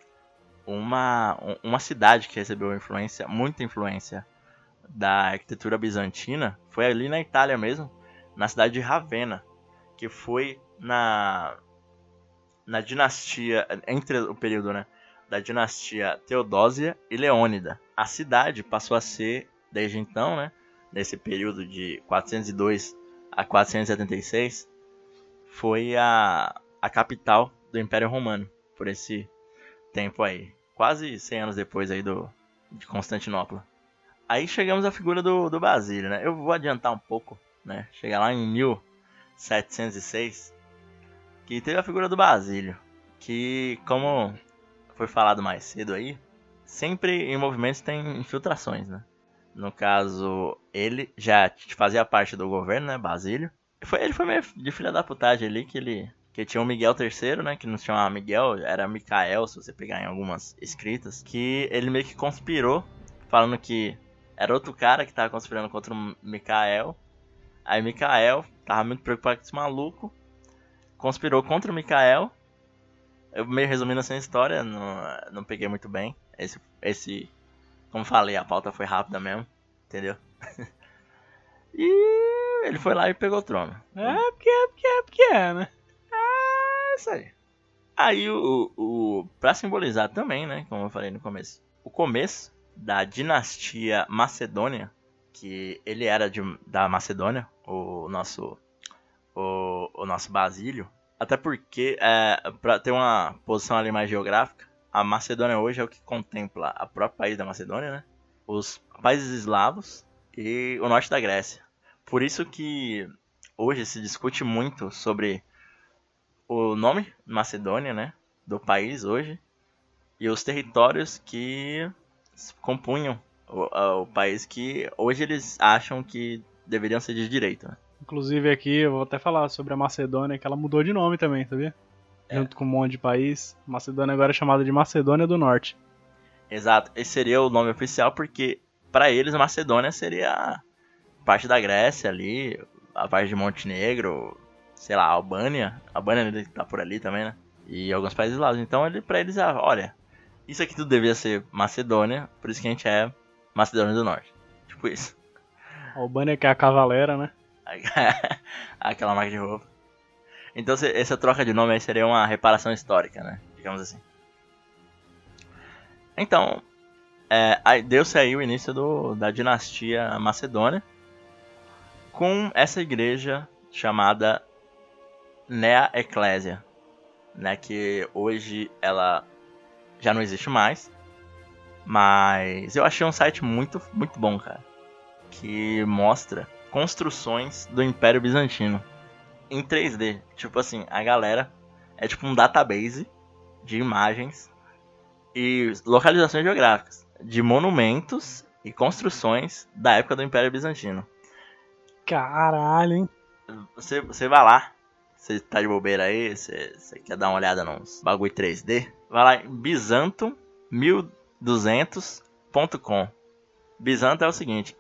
uma cidade que recebeu muita influência da arquitetura bizantina, foi ali na Itália mesmo, na cidade de Ravenna, que foi na dinastia, entre o período, né, da dinastia Teodósia e Leônida. A cidade passou a ser, desde então, né, nesse período de 402 a 476, foi a capital do Império Romano, por esse tempo aí. Quase 100 anos depois aí de Constantinopla. Aí chegamos à figura do Basílio, né? Eu vou adiantar um pouco, né? Chegar lá em 1706, que teve a figura do Basílio, que, como foi falado mais cedo aí, sempre em movimentos tem infiltrações, né? No caso, ele já fazia parte do governo, né? Basílio. Ele foi meio de filha da putagem ali, que tinha o Miguel III, né, que não se chamava Miguel, era Micael, se você pegar em algumas escritas, que ele meio que conspirou, falando que era outro cara que tava conspirando contra o Micael. Aí Micael tava muito preocupado com esse maluco, conspirou contra o Micael. Eu meio resumindo essa história, não peguei muito bem. Esse, como falei, a pauta foi rápida mesmo, entendeu? E ele foi lá e pegou o trono. Porque né? É isso aí. Aí, pra simbolizar também, né, como eu falei no começo, o começo da dinastia Macedônia, que ele era da Macedônia, o nosso Basílio, até porque, pra ter uma posição ali mais geográfica, a Macedônia hoje é o que contempla o próprio país da Macedônia, né, os países eslavos e o norte da Grécia. Por isso que hoje se discute muito sobre o nome Macedônia, né, do país hoje, e os territórios que compunham o país que hoje eles acham que deveriam ser de direito, né? Inclusive aqui, eu vou até falar sobre a Macedônia, que ela mudou de nome também, sabia? Junto com um monte de país. Macedônia agora é chamada de Macedônia do Norte. Exato, esse seria o nome oficial porque para eles Macedônia seria parte da Grécia ali, a parte de Montenegro, sei lá, Albânia tá por ali também, né? E alguns países lá. Então pra eles, olha, isso aqui tudo devia ser Macedônia, por isso que a gente é Macedônia do Norte. Tipo isso. A Albânia que é a Cavalera, né? Aquela marca de roupa. Então essa troca de nome aí seria uma reparação histórica, né? Digamos assim. Então, aí deu-se aí o início da dinastia Macedônia com essa igreja chamada Nea Ecclesia, né? Que hoje ela já não existe mais, mas eu achei um site muito, muito bom, cara, que mostra construções do Império Bizantino em 3D. Tipo assim, a galera é tipo um database de imagens e localizações geográficas de monumentos e construções da época do Império Bizantino. Caralho, hein? Você vai lá, você tá de bobeira aí, você quer dar uma olhada nos bagulho 3D, vai lá em bizanto1200.com. Bizanto é o seguinte: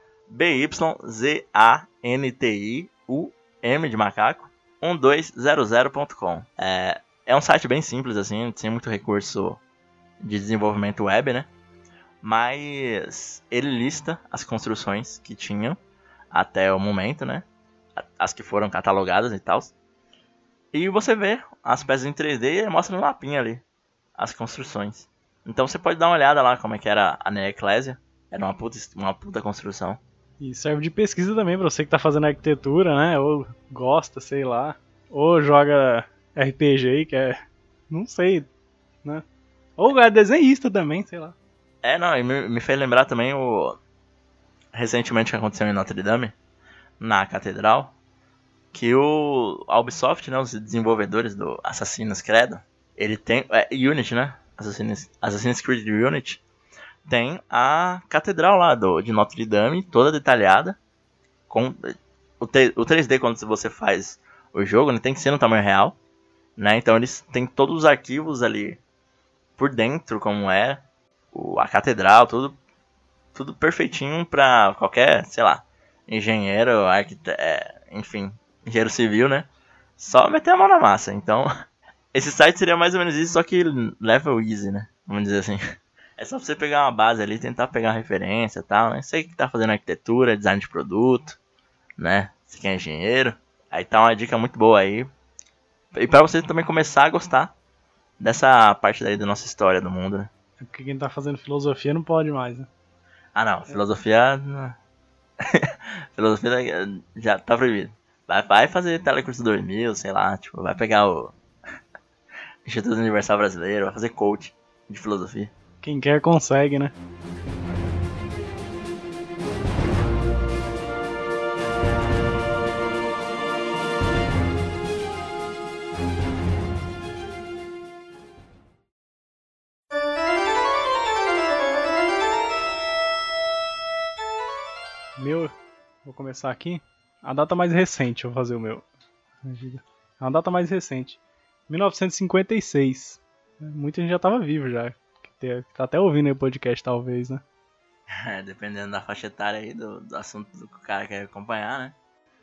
BYZANTIUM de macaco 1200.com. É um site bem simples assim, sem muito recurso de desenvolvimento web, né? Mas ele lista as construções que tinham até o momento, né? As que foram catalogadas e tal. E você vê as peças em 3D e mostra no mapinha ali as construções. Então você pode dar uma olhada lá como é que era a Nea Ecclesia. Era uma puta construção. E serve de pesquisa também pra você que tá fazendo arquitetura, né? Ou gosta, sei lá. Ou joga RPG, que é... não sei, né? Ou é desenhista também, sei lá. Não, e me fez lembrar também recentemente que aconteceu em Notre Dame, na Catedral, que a Ubisoft, né, os desenvolvedores do Assassin's Creed, ele tem... Unity, né? Assassin's Creed Unity tem a Catedral lá de Notre Dame, toda detalhada, com o 3D quando você faz o jogo, né, tem que ser no tamanho real, né? Então eles têm todos os arquivos ali por dentro, como é a catedral, tudo perfeitinho pra qualquer, sei lá, engenheiro, enfim, engenheiro civil, né? Só meter a mão na massa. Então, esse site seria mais ou menos isso, só que level easy, né? Vamos dizer assim. É só pra você pegar uma base ali, tentar pegar uma referência e tal, né? Você que tá fazendo arquitetura, design de produto, né? Você que é engenheiro. Aí tá uma dica muito boa aí. E pra você também começar a gostar dessa parte daí da nossa história do mundo, né? É porque quem tá fazendo filosofia não pode mais, né? Ah não, filosofia... filosofia já tá proibido. Vai fazer Telecurso 2000, sei lá, tipo, vai pegar o Instituto Universal Brasileiro, vai fazer coach de filosofia. Quem quer consegue, né? Vou começar aqui. A data mais recente, eu vou fazer o meu. A data mais recente. 1956. Muita gente já tava vivo já. Tá até ouvindo aí o podcast, talvez, né? Dependendo da faixa etária aí, do assunto que o cara quer acompanhar, né?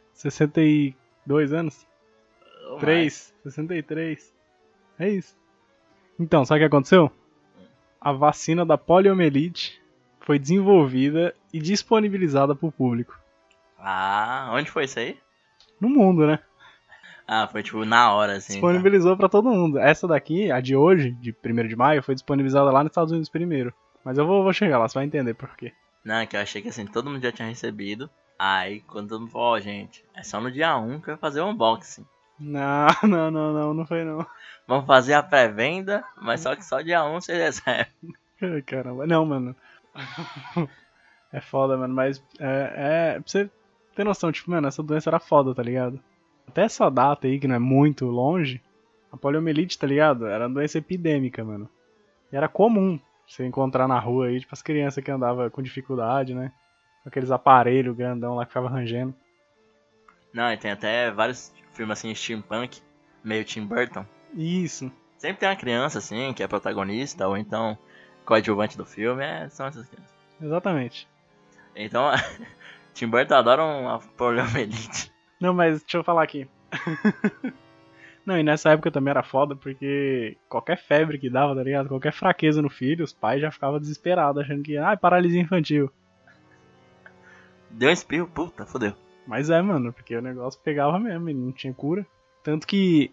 62 anos? 3, 63. É isso. Então, sabe o que aconteceu? A vacina da poliomielite foi desenvolvida e disponibilizada pro público. Ah, onde foi isso aí? No mundo, né? Ah, foi tipo na hora, assim. Disponibilizou pra todo mundo. Essa daqui, a de hoje, de 1º de maio, foi disponibilizada lá nos Estados Unidos primeiro. Mas eu vou chegar lá, você vai entender por quê. Não, é que eu achei que assim, todo mundo já tinha recebido. Aí quando todo mundo falou, gente, é só no dia 1 que vai fazer o unboxing. Não foi não. Vamos fazer a pré-venda, mas só que só dia 1 você recebe. Caramba, não, mano. É foda, mano, mas pra você ter noção, tipo, mano, essa doença era foda, tá ligado? Até essa data aí, que não é muito longe, a poliomielite, tá ligado? Era uma doença epidêmica, mano. E era comum você encontrar na rua aí, tipo, as crianças que andavam com dificuldade, né? Com aqueles aparelhos grandão lá que ficava rangendo. Não, e tem até vários filmes assim, steampunk, meio Tim Burton. Isso. Sempre tem uma criança assim, que é protagonista, ou então coadjuvante do filme, são essas crianças. Exatamente. Então, Tim Burton adora uma poliomielite. Não, mas deixa eu falar aqui. Não, e nessa época também era foda, porque qualquer febre que dava, tá ligado? Qualquer fraqueza no filho, os pais já ficavam desesperados, achando que, paralisia infantil. Deu um espirro, puta, fodeu. Mas mano, porque o negócio pegava mesmo e não tinha cura. Tanto que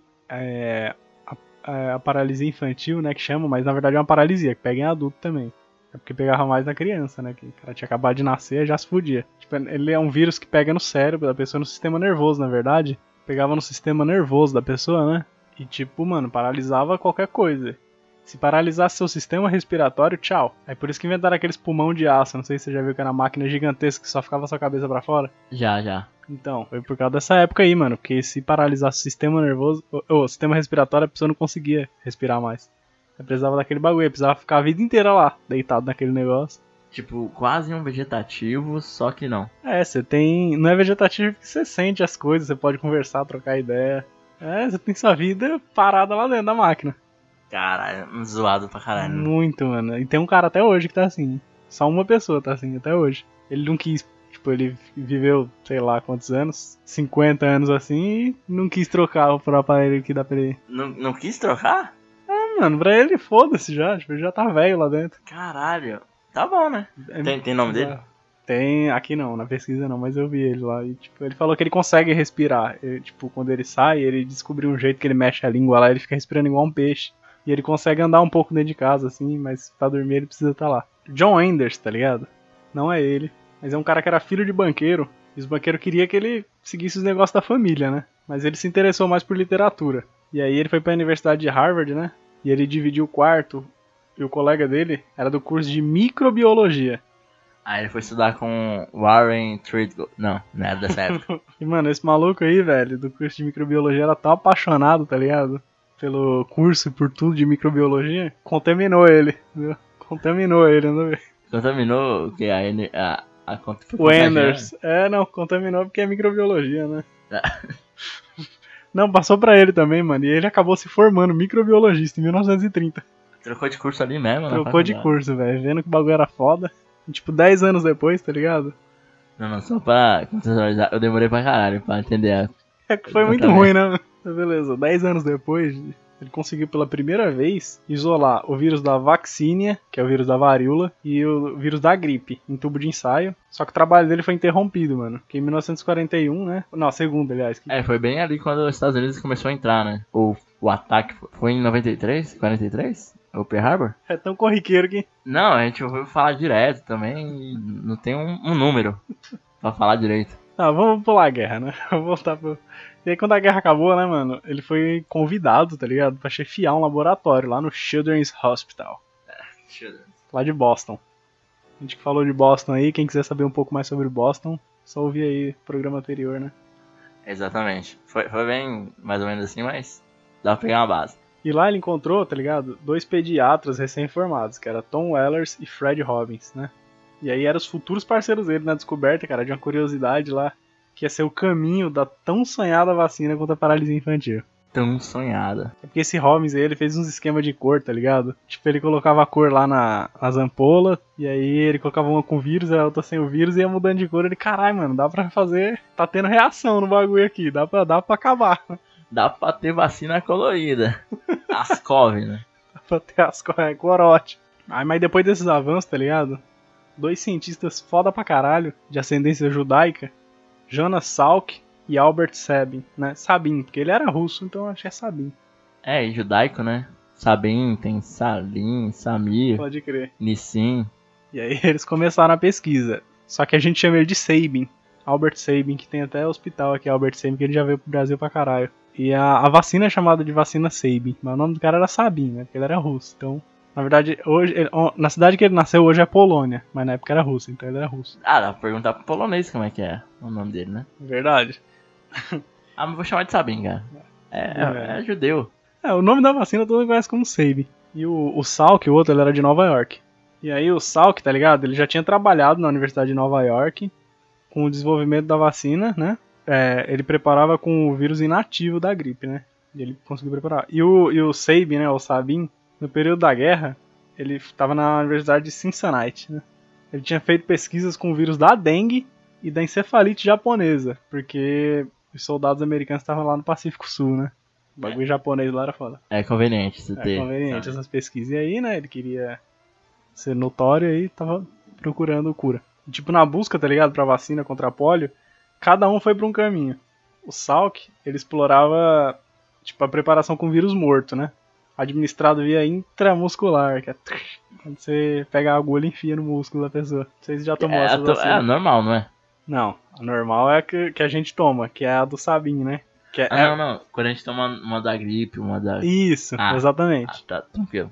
a paralisia infantil, né, que chama, mas na verdade é uma paralisia, que pega em adulto também. É porque pegava mais na criança, né, que o cara tinha acabado de nascer e já se fudia. Tipo, ele é um vírus que pega no cérebro da pessoa, no sistema nervoso, na verdade. Pegava no sistema nervoso da pessoa, né? E tipo, mano, paralisava qualquer coisa. Se paralisasse seu sistema respiratório, tchau. É por isso que inventaram aqueles pulmão de aço. Não sei se você já viu que era uma máquina gigantesca que só ficava sua cabeça pra fora. Já. Então, foi por causa dessa época aí, mano. Porque se paralisasse o sistema nervoso, o sistema respiratório, a pessoa não conseguia respirar mais. Ela precisava daquele bagulho, precisava ficar a vida inteira lá, deitado naquele negócio. Tipo, quase um vegetativo, só que não. Você tem... Não é vegetativo porque você sente as coisas, você pode conversar, trocar ideia. Você tem sua vida parada lá dentro da máquina. Caralho, zoado pra caralho. Muito, mano. E tem um cara até hoje que tá assim. Só uma pessoa tá assim, até hoje. Ele não quis... Tipo, ele viveu, sei lá quantos anos, 50 anos assim, e não quis trocar o aparelho que dá pra ele. Não quis trocar? Mano, pra ele foda-se já. Tipo, ele já tá velho lá dentro. Caralho. Tá bom, né? Tem nome dele? Tem, aqui não, na pesquisa não, mas eu vi ele lá. E, tipo, ele falou que ele consegue respirar. Tipo, quando ele sai, ele descobriu um jeito que ele mexe a língua lá, ele fica respirando igual um peixe. E ele consegue andar um pouco dentro de casa, assim, mas pra dormir ele precisa estar lá. John Enders, tá ligado? Não é ele. Mas é um cara que era filho de banqueiro. E os banqueiros queriam que ele seguisse os negócios da família, né? Mas ele se interessou mais por literatura. E aí ele foi pra Universidade de Harvard, né? E ele dividiu o quarto. E o colega dele era do curso de microbiologia. Aí ele foi estudar com Warren Treadgold. Não era dessa época. E, mano, esse maluco aí, velho, do curso de microbiologia, era tão apaixonado, tá ligado? Pelo curso e por tudo de microbiologia, contaminou ele, entendeu? Contaminou ele, não vê? Contaminou o que? O Enders. Não, contaminou porque é microbiologia, né? Não, passou pra ele também, mano. E ele acabou se formando microbiologista em 1930. Trocou de curso ali mesmo, Trocou de curso, velho. Vendo que o bagulho era foda. E, tipo, 10 anos depois, tá ligado? Não, só pra contextualizar, eu demorei pra caralho pra entender. É que foi muito ruim, né? Beleza, 10 anos depois, ele conseguiu pela primeira vez isolar o vírus da vaccinia, que é o vírus da varíola, e o vírus da gripe, em tubo de ensaio. Só que o trabalho dele foi interrompido, mano. Porque em 1941, né? Não, segundo, aliás. Foi bem ali quando os Estados Unidos começou a entrar, né? O ataque foi em 93? 43? O Pearl Harbor? É tão corriqueiro que... Não, a gente ouviu falar direto também, e não tem um número pra falar direito. Tá, vamos pular a guerra, né? Vamos voltar pro... E aí quando a guerra acabou, né, mano, ele foi convidado, tá ligado? Pra chefiar um laboratório lá no Children's Hospital. Lá de Boston. A gente que falou de Boston aí, quem quiser saber um pouco mais sobre Boston, só ouvir aí o programa anterior, né? Exatamente. Foi bem mais ou menos assim, mas dá pra pegar uma base. E lá ele encontrou, tá ligado? 2 pediatras recém-formados, que era Tom Wellers e Fred Robbins, né? E aí eram os futuros parceiros dele na descoberta, cara, de uma curiosidade lá, que ia ser o caminho da tão sonhada vacina contra a paralisia infantil. Tão sonhada. É porque esse Robbins aí, ele fez uns esquemas de cor, tá ligado? Tipo, ele colocava a cor lá nas ampolas, e aí ele colocava uma com vírus, a outra sem o vírus, e ia mudando de cor. Ele, caralho, mano, dá pra fazer... Tá tendo reação no bagulho aqui, dá pra acabar. Dá pra ter vacina colorida. Ascov, né? Dá pra ter as corote. Mas depois desses avanços, tá ligado? 2 cientistas foda pra caralho, de ascendência judaica, Jonas Salk e Albert Sabin, né? Sabin, porque ele era russo, então eu acho que é Sabin. E judaico, né? Sabin, tem Salim, Samir, Pode crer. Nissim. E aí eles começaram a pesquisa. Só que a gente chama ele de Sabin. Albert Sabin, que tem até hospital aqui, Albert Sabin, que ele já veio pro Brasil pra caralho. E a vacina é chamada de vacina Sabin, mas o nome do cara era Sabin, né? Porque ele era russo. Então, na verdade, hoje na cidade que ele nasceu hoje é Polônia, mas na época era Rússia, então ele era russo. Dá pra perguntar pro polonês como é que é o nome dele, né? Verdade. Ah, mas vou chamar de Sabin, cara. É judeu. O nome da vacina todo mundo conhece como Sabin. E o Salk, o outro, ele era de Nova York. E aí o Salk, tá ligado? Ele já tinha trabalhado na Universidade de Nova York com o desenvolvimento da vacina, né? Ele preparava com o vírus inativo da gripe, né? E ele conseguiu preparar. E o Sabin, né? O Sabin, no período da guerra, ele estava na Universidade de Cincinnati, né? Ele tinha feito pesquisas com o vírus da dengue e da encefalite japonesa, porque os soldados americanos estavam lá no Pacífico Sul, né? O bagulho japonês lá era foda. É conveniente você ter. É conveniente sabe? essas pesquisas. E aí, né, ele queria ser notório e tava procurando cura. E, tipo, na busca, tá ligado, pra vacina contra a polio, cada um foi pra um caminho. O Salk, ele explorava, tipo, a preparação com vírus morto, né? Administrado via intramuscular, que é quando você pega a agulha e enfia no músculo da pessoa. Vocês já tomou essa vacina? É normal, não é? Não, a normal é a que a gente toma, que é a do Sabin, né? Que Não. Quando a gente toma uma da gripe, uma da... Isso, exatamente. Tá, tranquilo.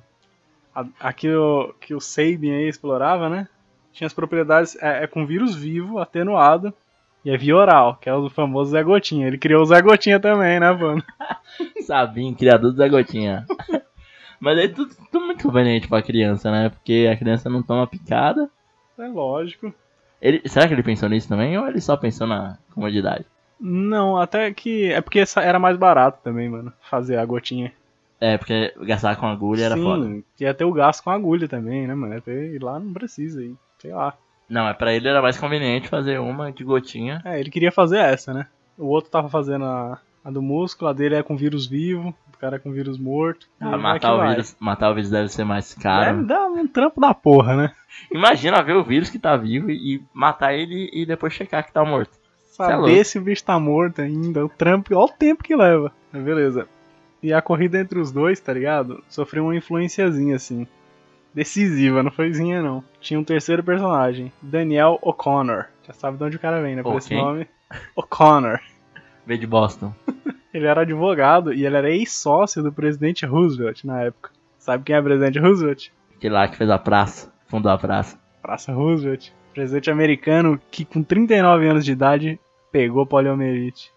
A que o Sabin aí explorava, né? Tinha as propriedades com vírus vivo, atenuado, e é via oral, que é o famoso Zé Gotinha. Ele criou o Zé Gotinha também, né, mano? Sabinho, criador do Zé Gotinha. Mas aí tudo muito conveniente pra criança, né? Porque a criança não toma picada. É lógico. Será que ele pensou nisso também ou ele só pensou na comodidade? Não, até que... É porque era mais barato também, mano, fazer a gotinha. É, porque gastar com agulha era foda. Sim, ia ter o gasto com agulha também, né, mano? E lá não precisa, aí, sei lá. Não, pra ele era mais conveniente fazer uma de gotinha. Ele queria fazer essa, né? O outro tava fazendo a do músculo, a dele é com vírus vivo, o cara é com vírus morto. Matar o vírus deve ser mais caro. Dá um trampo da porra, né? Imagina ver o vírus que tá vivo e matar ele e depois checar que tá morto. Saber se o bicho tá morto ainda, o trampo, olha o tempo que leva. Mas beleza. E a corrida entre os dois, tá ligado? Sofreu uma influenciazinha, assim. Decisiva, não foizinha não. Tinha um terceiro personagem, Daniel O'Connor. Já sabe de onde o cara vem, né? Por esse nome. O'Connor. Veio de Boston. Ele era advogado e ele era ex-sócio do presidente Roosevelt na época. Sabe quem é o presidente Roosevelt? Aquele lá que fez a praça, fundou a praça. Praça Roosevelt. Presidente americano que com 39 anos de idade pegou poliomielite.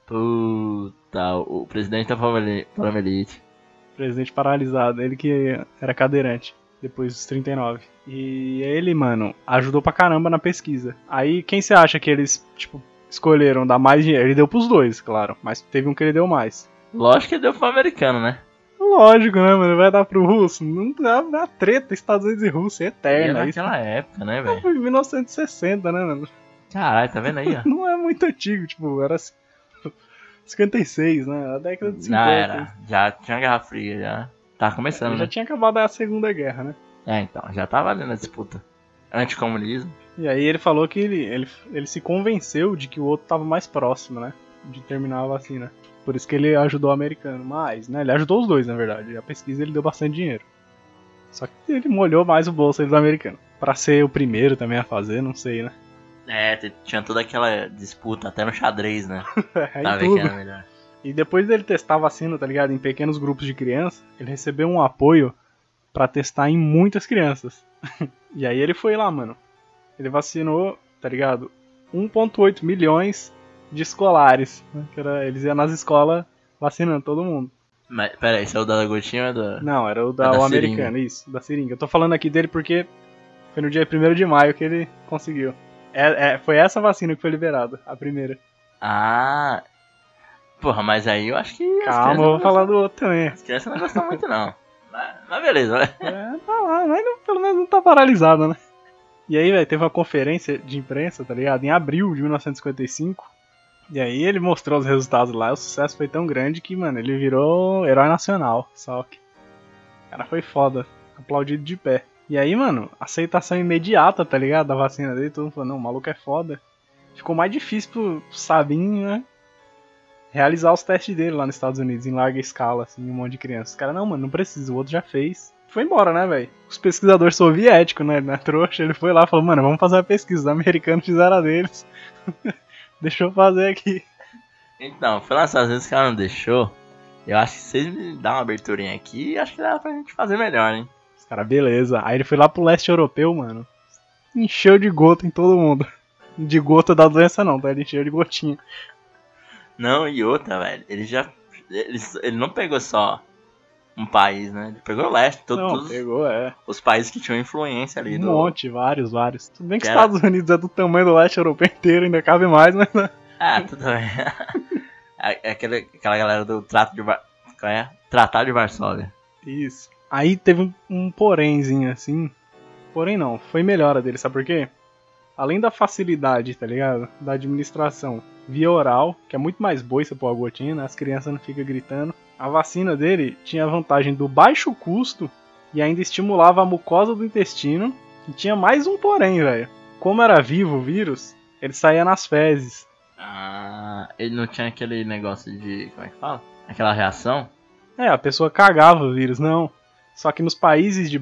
Puta, o presidente da poliomielite. Presidente paralisado, ele que era cadeirante depois dos 39. E ele, mano, ajudou pra caramba na pesquisa. Aí quem você acha que eles, tipo, escolheram dar mais dinheiro? Ele deu pros dois, claro, mas teve um que ele deu mais. Lógico que ele deu pro americano, né? Lógico, né, mano? Vai dar pro russo? Não dá treta, Estados Unidos e Rússia, é eterna. E naquela época, né, velho? Foi em 1960, né, mano? Caralho, tá vendo aí, ó? Não é muito antigo, tipo, era 56, né? A década de 50. Não, era. Já tinha Guerra Fria, já. Tava começando, né? Já tinha acabado a Segunda Guerra, né? Então, já tava ali na disputa. Anticomunismo. E aí ele falou que ele se convenceu de que o outro tava mais próximo, né? De terminar a vacina. Por isso que ele ajudou o americano. Mas, né? Ele ajudou os dois, na verdade. A pesquisa ele deu bastante dinheiro. Só que ele molhou mais o bolso do americano. Pra ser o primeiro também a fazer, não sei, né? Tinha toda aquela disputa, até no xadrez, né? Pra ver quem era melhor. E depois dele testar a vacina, tá ligado? Em pequenos grupos de crianças, ele recebeu um apoio pra testar em muitas crianças. E aí ele foi lá, mano. Ele vacinou, tá ligado? 1,8 milhões de escolares. Né? Eles iam nas escolas vacinando todo mundo. Mas, pera, esse é o da gotinha ou é do... Não, era o da o americano, isso, da seringa. Eu tô falando aqui dele porque foi no dia 1º de maio que ele conseguiu. Foi essa vacina que foi liberada, a primeira. Ah... Porra, mas aí eu acho que... Calma, eu vou falar do outro também. As crianças não gostam muito, não. Mas beleza, né? Tá lá, mas pelo menos não tá paralisado, né? E aí, velho, teve uma conferência de imprensa, tá ligado? Em abril de 1955. E aí ele mostrou os resultados lá, e o sucesso foi tão grande que, mano, ele virou herói nacional, só que... O cara foi foda, aplaudido de pé. E aí, mano, aceitação imediata, tá ligado? Da vacina dele, todo mundo falou, não, o maluco é foda. Ficou mais difícil pro Sabin, né? Realizar os testes dele lá nos Estados Unidos, em larga escala, assim, um monte de crianças. Os caras, não, mano, não precisa, o outro já fez. Foi embora, né, velho? Os pesquisadores soviéticos, né, na trouxa, ele foi lá e falou, mano, vamos fazer a pesquisa. Os americanos fizeram a deles. Deixa eu fazer aqui. Então, foi lá nos Estados Unidos que ela não deixou. Eu acho que se vocês me dão uma aberturinha aqui, acho que dá pra gente fazer melhor, hein? Os caras, beleza. Aí ele foi lá pro leste europeu, mano. Encheu de gota em todo mundo. De gota da doença não, tá? Ele encheu de gotinha. Não, e outra, velho. Ele não pegou só um país, né? Ele pegou o leste, Não, todos pegou, os países que tinham influência ali. Um do... monte, vários. Tudo bem que os Que era- Estados Unidos é do tamanho do leste europeu inteiro, ainda cabe mais, mas... Ah, tudo bem. É aquela galera do Qual é? Tratado de Varsóvia. Isso. Aí teve um porémzinho, assim. Porém não, foi melhora dele, sabe por quê? Além da facilidade, tá ligado? Da administração via oral, que é muito mais boa você pôr a gotinha, né? As crianças não ficam gritando. A vacina dele tinha a vantagem do baixo custo e ainda estimulava a mucosa do intestino. E tinha mais um porém, velho. Como era vivo o vírus, ele saía nas fezes. Ah, ele não tinha aquele negócio de... Como é que fala? Aquela reação? É, a pessoa cagava o vírus, não. Só que nos países de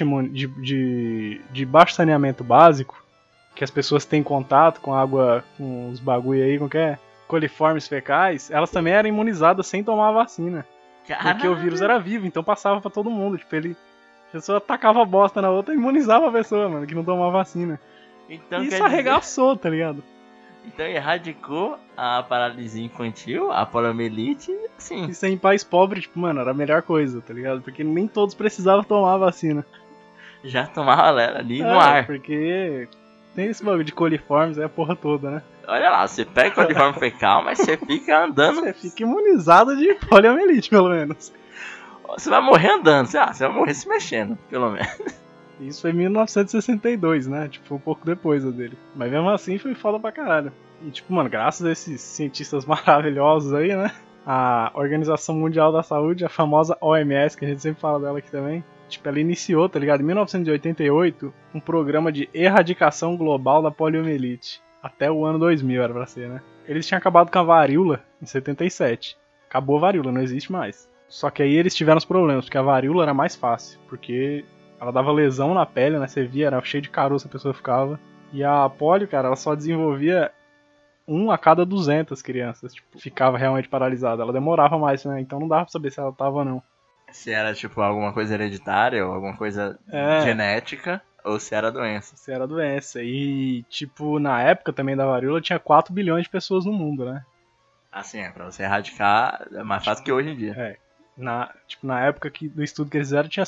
de baixo saneamento básico, que as pessoas têm contato com água, com os bagulho aí, com que é? Coliformes fecais, elas também eram imunizadas sem tomar a vacina. Porque o vírus era vivo, então passava pra todo mundo. Tipo, a pessoa tacava a bosta na outra e imunizava a pessoa, mano, que não tomava vacina. Então, E quer isso arregaçou, tá ligado? Então erradicou a paralisia infantil, a poliomielite, assim. Isso aí em país pobre, tipo, mano, era a melhor coisa, tá ligado? Porque nem todos precisavam tomar a vacina. Já tomava ela ali no ar. Porque tem esse bagulho de coliformes, é a porra toda, né? Olha lá, você pega coliforme fecal, mas você fica andando. Você fica imunizado de poliomielite, pelo menos. Você vai morrer andando, você vai morrer se mexendo, pelo menos. Isso foi em 1962, né? Tipo, foi um pouco depois dele. Mas mesmo assim foi foda pra caralho. E tipo, mano, graças a esses cientistas maravilhosos aí, né? A Organização Mundial da Saúde, a famosa OMS, que a gente sempre fala dela aqui também. Tipo, ela iniciou, tá ligado? Em 1988, um programa de erradicação global da poliomielite. Até o ano 2000 era pra ser, né? Eles tinham acabado com a varíola em 77. Acabou a varíola, não existe mais. Só que aí eles tiveram os problemas, porque a varíola era mais fácil. Porque ela dava lesão na pele, né? Você via, era cheio de caroço a pessoa ficava. E a polio, cara, ela só desenvolvia 1 a cada 200 crianças. Tipo, ficava realmente paralisada. Ela demorava mais, né? Então não dava pra saber se ela tava ou não. Se era, tipo, alguma coisa hereditária ou alguma coisa genética, ou se era doença. Se era doença. E, tipo, na época também da varíola, tinha 4 bilhões de pessoas no mundo, né? Assim, pra você erradicar, é mais fácil que hoje em dia. É. Na época do estudo que eles fizeram, tinha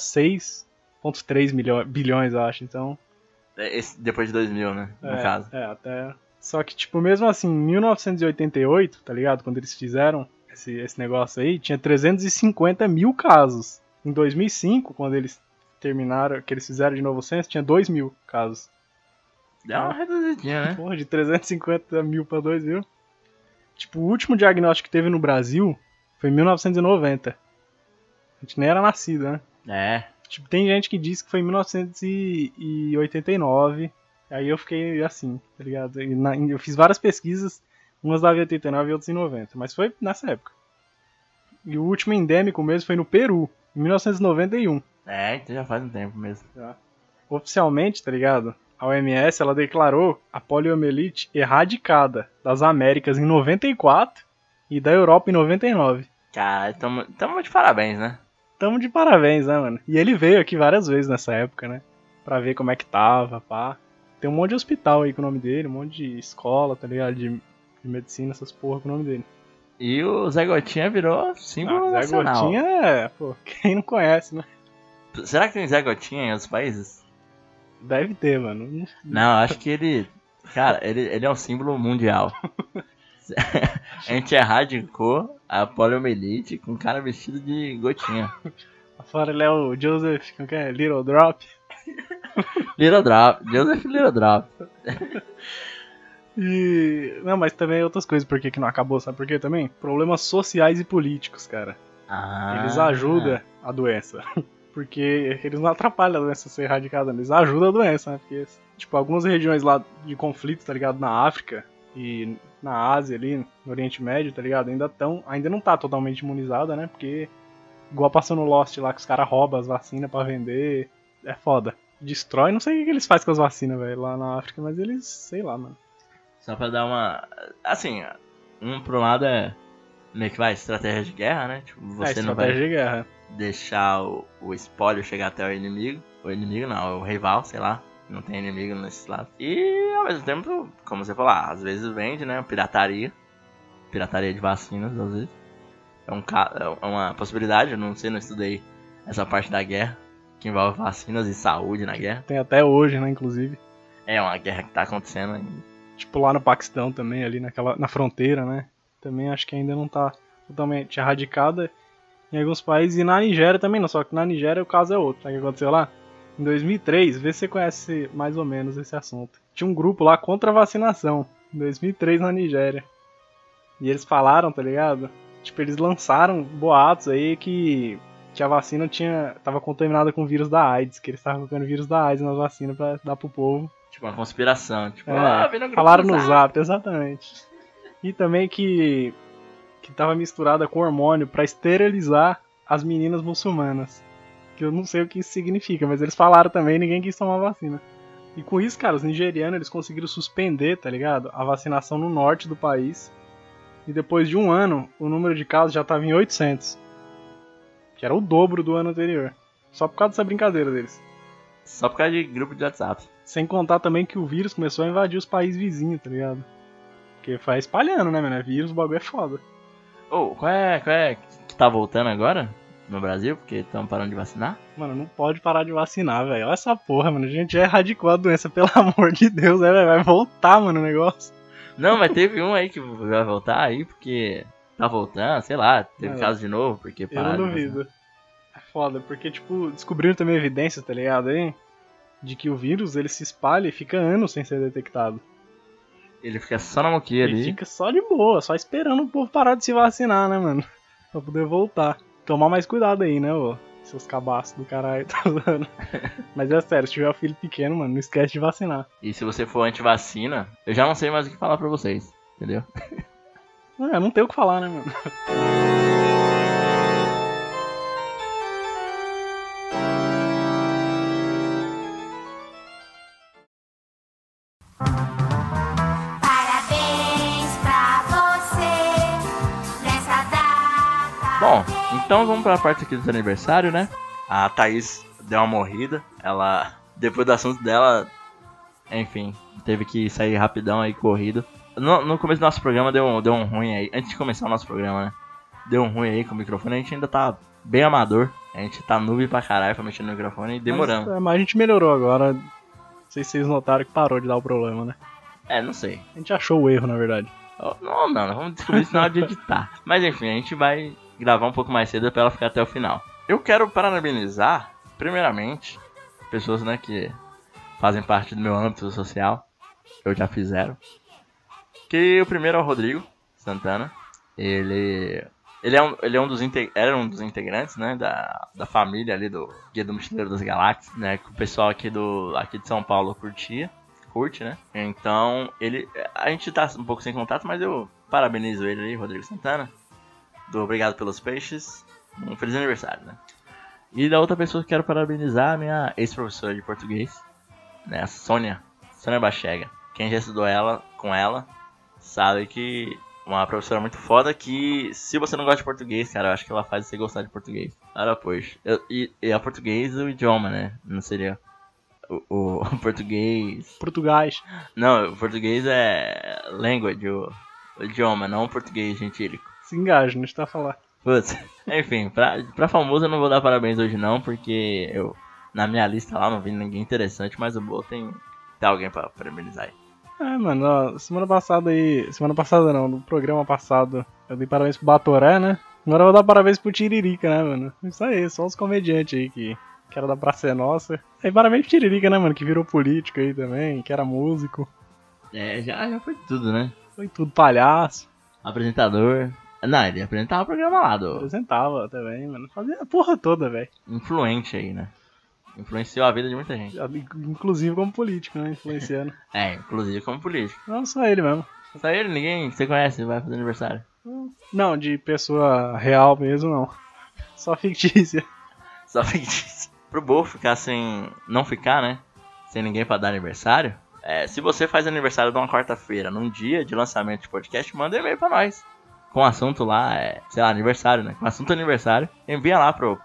6,3 bilhões, eu acho. Então... Depois de 2000, né? No caso. Até... Só que, tipo, mesmo assim, em 1988, tá ligado? Quando eles fizeram esse negócio aí, tinha 350 mil casos. Em 2005, quando eles terminaram, que eles fizeram de novo o censo, tinha 2 mil casos. Deu uma reduzidinha, né? Porra, de 350 mil pra 2 mil. Tipo, o último diagnóstico que teve no Brasil foi em 1990. A gente nem era nascido, né? É. Tipo, tem gente que diz que foi em 1989. Aí eu fiquei assim, tá ligado? Eu fiz várias pesquisas, umas davam em 89 e outras em 90. Mas foi nessa época. E o último endêmico mesmo foi no Peru, em 1991. É, então já faz um tempo mesmo. Já. Oficialmente, tá ligado? A OMS, ela declarou a poliomielite erradicada das Américas em 94 e da Europa em 99. Cara, tamo de parabéns, né? Tamo de parabéns, né, mano? E ele veio aqui várias vezes nessa época, né? Pra ver como é que tava, pá. Tem um monte de hospital aí com o nome dele, um monte de escola, tá ligado? De medicina, essas porra com o nome dele. E o Zé Gotinha virou símbolo nacional. Zé Gotinha pô, quem não conhece, né? Será que tem Zé Gotinha em outros países? Deve ter, mano. Não, acho que ele... Cara, ele é um símbolo mundial. A gente erradicou a poliomielite com um cara vestido de gotinha. Fora ele é o Joseph, como que é? Little Drop. Little Drop, Joseph Little Drop. E... Não, mas também outras coisas por que não acabou, sabe por quê também? Problemas sociais e políticos, cara. Eles ajudam a doença. Porque eles não atrapalham a doença ser erradicada, eles ajudam a doença, né? Porque, tipo, algumas regiões lá de conflito, tá ligado? Na África e na Ásia ali, no Oriente Médio, tá ligado? Ainda não tá totalmente imunizada, né? Porque, igual passou no Lost lá, que os caras roubam as vacinas pra vender. É foda. Destrói, não sei o que eles fazem com as vacinas, velho, lá na África, mas eles, sei lá, mano. Só pra dar uma... Assim, por um lado é meio que estratégia de guerra, né? Tipo, você não vai de guerra. deixar o espólio chegar até o inimigo. O inimigo não, o rival, sei lá. Não tem inimigo nesse lado. E ao mesmo tempo, como você falou, às vezes vende, né? Pirataria. pirataria de vacinas, às vezes. É uma possibilidade, eu não sei, não estudei essa parte da guerra, que envolve vacinas e saúde na guerra. Tem até hoje, né, inclusive. É uma guerra que tá acontecendo ainda. Tipo lá no Paquistão também, ali na fronteira, né? Também acho que ainda não tá totalmente erradicada em alguns países. E na Nigéria também não, só que na Nigéria o caso é outro. Sabe o que aconteceu lá? Em 2003, vê se você conhece mais ou menos esse assunto. Tinha um grupo lá contra a vacinação, em 2003 na Nigéria. E eles falaram, tá ligado? Tipo, eles lançaram boatos aí que a vacina tava contaminada com o vírus da AIDS, que eles estavam colocando o vírus da AIDS nas vacinas pra dar pro povo. Tipo, uma conspiração. Tipo, É, falaram no Zap, exatamente. E também que tava misturada com hormônio pra esterilizar as meninas muçulmanas. Que eu não sei o que isso significa, mas eles falaram também e ninguém quis tomar vacina. E com isso, cara, os nigerianos eles conseguiram suspender, tá ligado? A vacinação no norte do país. E depois de um ano, o número de casos já tava em 800. Que era o dobro do ano anterior. Só por causa dessa brincadeira deles. Só por causa de grupo de WhatsApp. Sem contar também que o vírus começou a invadir os países vizinhos, tá ligado? Porque vai espalhando, né, mano? É vírus, o bagulho é foda. Qual é que tá voltando agora no Brasil? Porque estão parando de vacinar? Mano, não pode parar de vacinar, velho. Olha essa porra, mano. A gente já erradicou a doença, pelo amor de Deus, né, velho? Vai voltar, mano, o negócio. Não, mas teve um aí que vai voltar aí, porque tá voltando, sei lá, teve caso de novo, porque pararam. Eu não duvido. É foda, porque, tipo, descobriram também evidências, tá ligado, aí? De que o vírus, ele se espalha e fica anos sem ser detectado. Ele fica só na moquinha ali. Ele fica só de boa, só esperando o povo parar de se vacinar, né, mano? Pra poder voltar. Tomar mais cuidado aí, né, ô? Seus cabaços do caralho, tá usando. Mas é sério, se tiver um filho pequeno, mano, não esquece de vacinar. E se você for anti-vacina, eu já não sei mais o que falar pra vocês, entendeu? Não tem o que falar, né, mano? Bom, então vamos pra parte aqui dos aniversários, né? A Thaís deu uma morrida. Ela, depois do assunto dela, enfim, teve que sair rapidão aí, corrido. No começo do nosso programa deu um ruim aí. Antes de começar o nosso programa, né? Deu um ruim aí com o microfone. A gente ainda tá bem amador. A gente tá noob pra caralho pra mexer no microfone e demorando. Mas a gente melhorou agora. Não sei se vocês notaram que parou de dar o problema, né? Não sei. A gente achou o erro, na verdade. Não, vamos descobrir isso na hora de editar. Mas enfim, a gente vai gravar um pouco mais cedo pra ela ficar até o final. Eu quero parabenizar, primeiramente, pessoas, né, que fazem parte do meu âmbito social, ou já fizeram. Que o primeiro é o Rodrigo Santana. Ele era um dos integrantes, né, da família ali do Guia do Mochileiro das Galáxias, né, que o pessoal aqui de São Paulo curte, né? Então, a gente tá um pouco sem contato, mas eu parabenizo ele aí, Rodrigo Santana. Obrigado pelos peixes. Um feliz aniversário, né? E da outra pessoa que quero parabenizar, a minha ex-professora de português, né? A Sônia Bachega. Quem já estudou com ela, sabe que uma professora muito foda que, se você não gosta de português, cara, eu acho que ela faz você gostar de português. Ora, pois. E a português, o idioma, né? Não seria o português... Português. Não, o português é language, o idioma, não o português gentílico. Se engaja, não está a falar. Putz. Enfim, pra famoso eu não vou dar parabéns hoje não, porque eu, na minha lista lá, não vi ninguém interessante, mas o bom tem alguém pra parabenizar aí. Mano, ó, semana passada não, no programa passado, eu dei parabéns pro Batoré, né? Agora eu vou dar parabéns pro Tiririca, né, mano? Isso aí, só os comediantes aí que era da Praça é Nossa. E parabéns pro Tiririca, né, mano, que virou político aí também, que era músico. Já foi tudo, né? Foi tudo, palhaço. Apresentador. Não, ele apresentava o programa lá, Apresentava também, mano. Fazia a porra toda, velho. Influente aí, né? Influenciou a vida de muita gente. Inclusive como político, né? Influenciando. Inclusive como político. Não, só ele mesmo. Só ele? Ninguém que você conhece vai fazer aniversário? Não, de pessoa real mesmo, não. Só fictícia. Só fictícia. Pro Bo ficar não ficar, né? Sem ninguém pra dar aniversário. Se você faz aniversário de uma quarta-feira, num dia de lançamento de podcast, manda um e-mail pra nós. Com assunto lá, sei lá, aniversário, né? Com assunto aniversário. Envia lá pro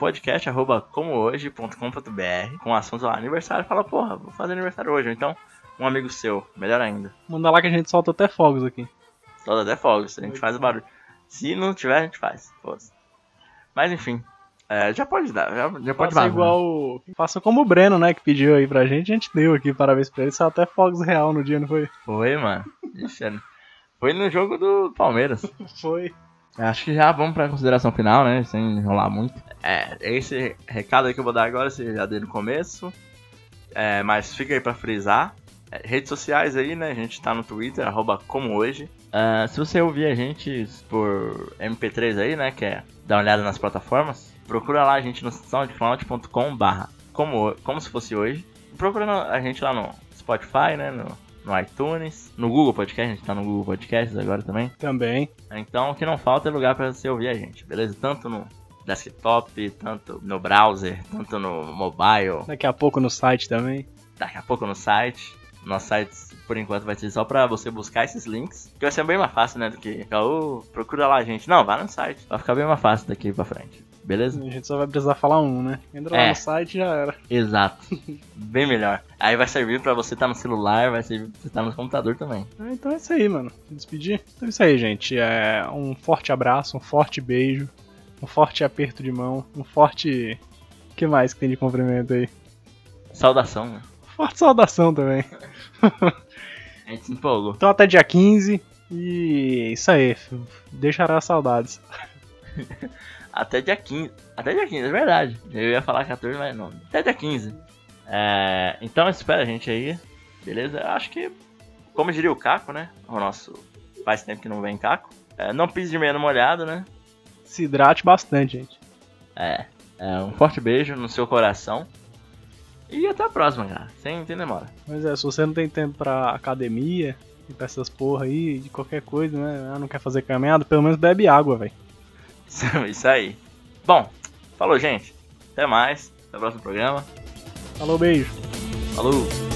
podcast@comohoje.com.br. Com assunto lá, aniversário. Fala, porra, vou fazer aniversário hoje. Ou então, um amigo seu, melhor ainda. Manda lá que a gente solta até fogos aqui. Solta até fogos, a gente faz o barulho. Se não tiver, a gente faz. Foda-se. Mas enfim, já pode dar, já pode Faça vazar. igual. Faça como o Breno, né? Que pediu aí pra gente. A gente deu aqui, parabéns pra ele. Saiu até fogos real no dia, não foi? Foi, mano. Ixi, foi no jogo do Palmeiras. Foi. Acho que já vamos pra consideração final, né? Sem enrolar muito. Esse recado aí que eu vou dar agora, você já deu no começo. Mas fica aí pra frisar. Redes sociais aí, né? A gente tá no Twitter, @comohoje. Se você ouvir a gente por MP3 aí, né? Quer dar uma olhada nas plataformas, procura lá a gente no soundcloud.com/como se fosse hoje. Procura a gente lá no Spotify, né? No iTunes, no Google Podcast, a gente tá no Google Podcasts agora também. Também. Então o que não falta é lugar pra você ouvir a gente, beleza? Tanto no desktop, tanto no browser, tanto no mobile. Daqui a pouco no site também. Daqui a pouco no site. Nosso site, por enquanto, vai ser só pra você buscar esses links. Que vai ser bem mais fácil, né? Do que procura lá a gente. Não, vai no site. Vai ficar bem mais fácil daqui pra frente. Beleza? A gente só vai precisar falar um, né? Entra lá no site e já era. Exato. Bem melhor. Aí vai servir pra você estar no celular, vai servir pra você estar no computador também. Então é isso aí, mano. Me despedir? Então é isso aí, gente. Um forte abraço, um forte beijo, um forte aperto de mão, um forte... O que mais que tem de cumprimento aí? Saudação, né? Forte saudação também. A gente se empolgou. Então até dia 15 e isso aí. Deixará saudades. Até dia 15. Até dia 15, é verdade. Eu ia falar 14, mas não. Até dia 15. Então espera a gente aí. Beleza? Acho que, como diria o Caco, né? O nosso... Faz tempo que não vem Caco. Não pise de meia no molhado, né? Se hidrate bastante, gente. Um forte beijo no seu coração. E até a próxima, cara. Sem demora. Mas se você não tem tempo pra academia e pra essas porra aí, de qualquer coisa, né? Não quer fazer caminhada, pelo menos bebe água, velho. Isso aí. Bom, falou, gente. Até mais. Até o próximo programa. Falou, beijo. Falou.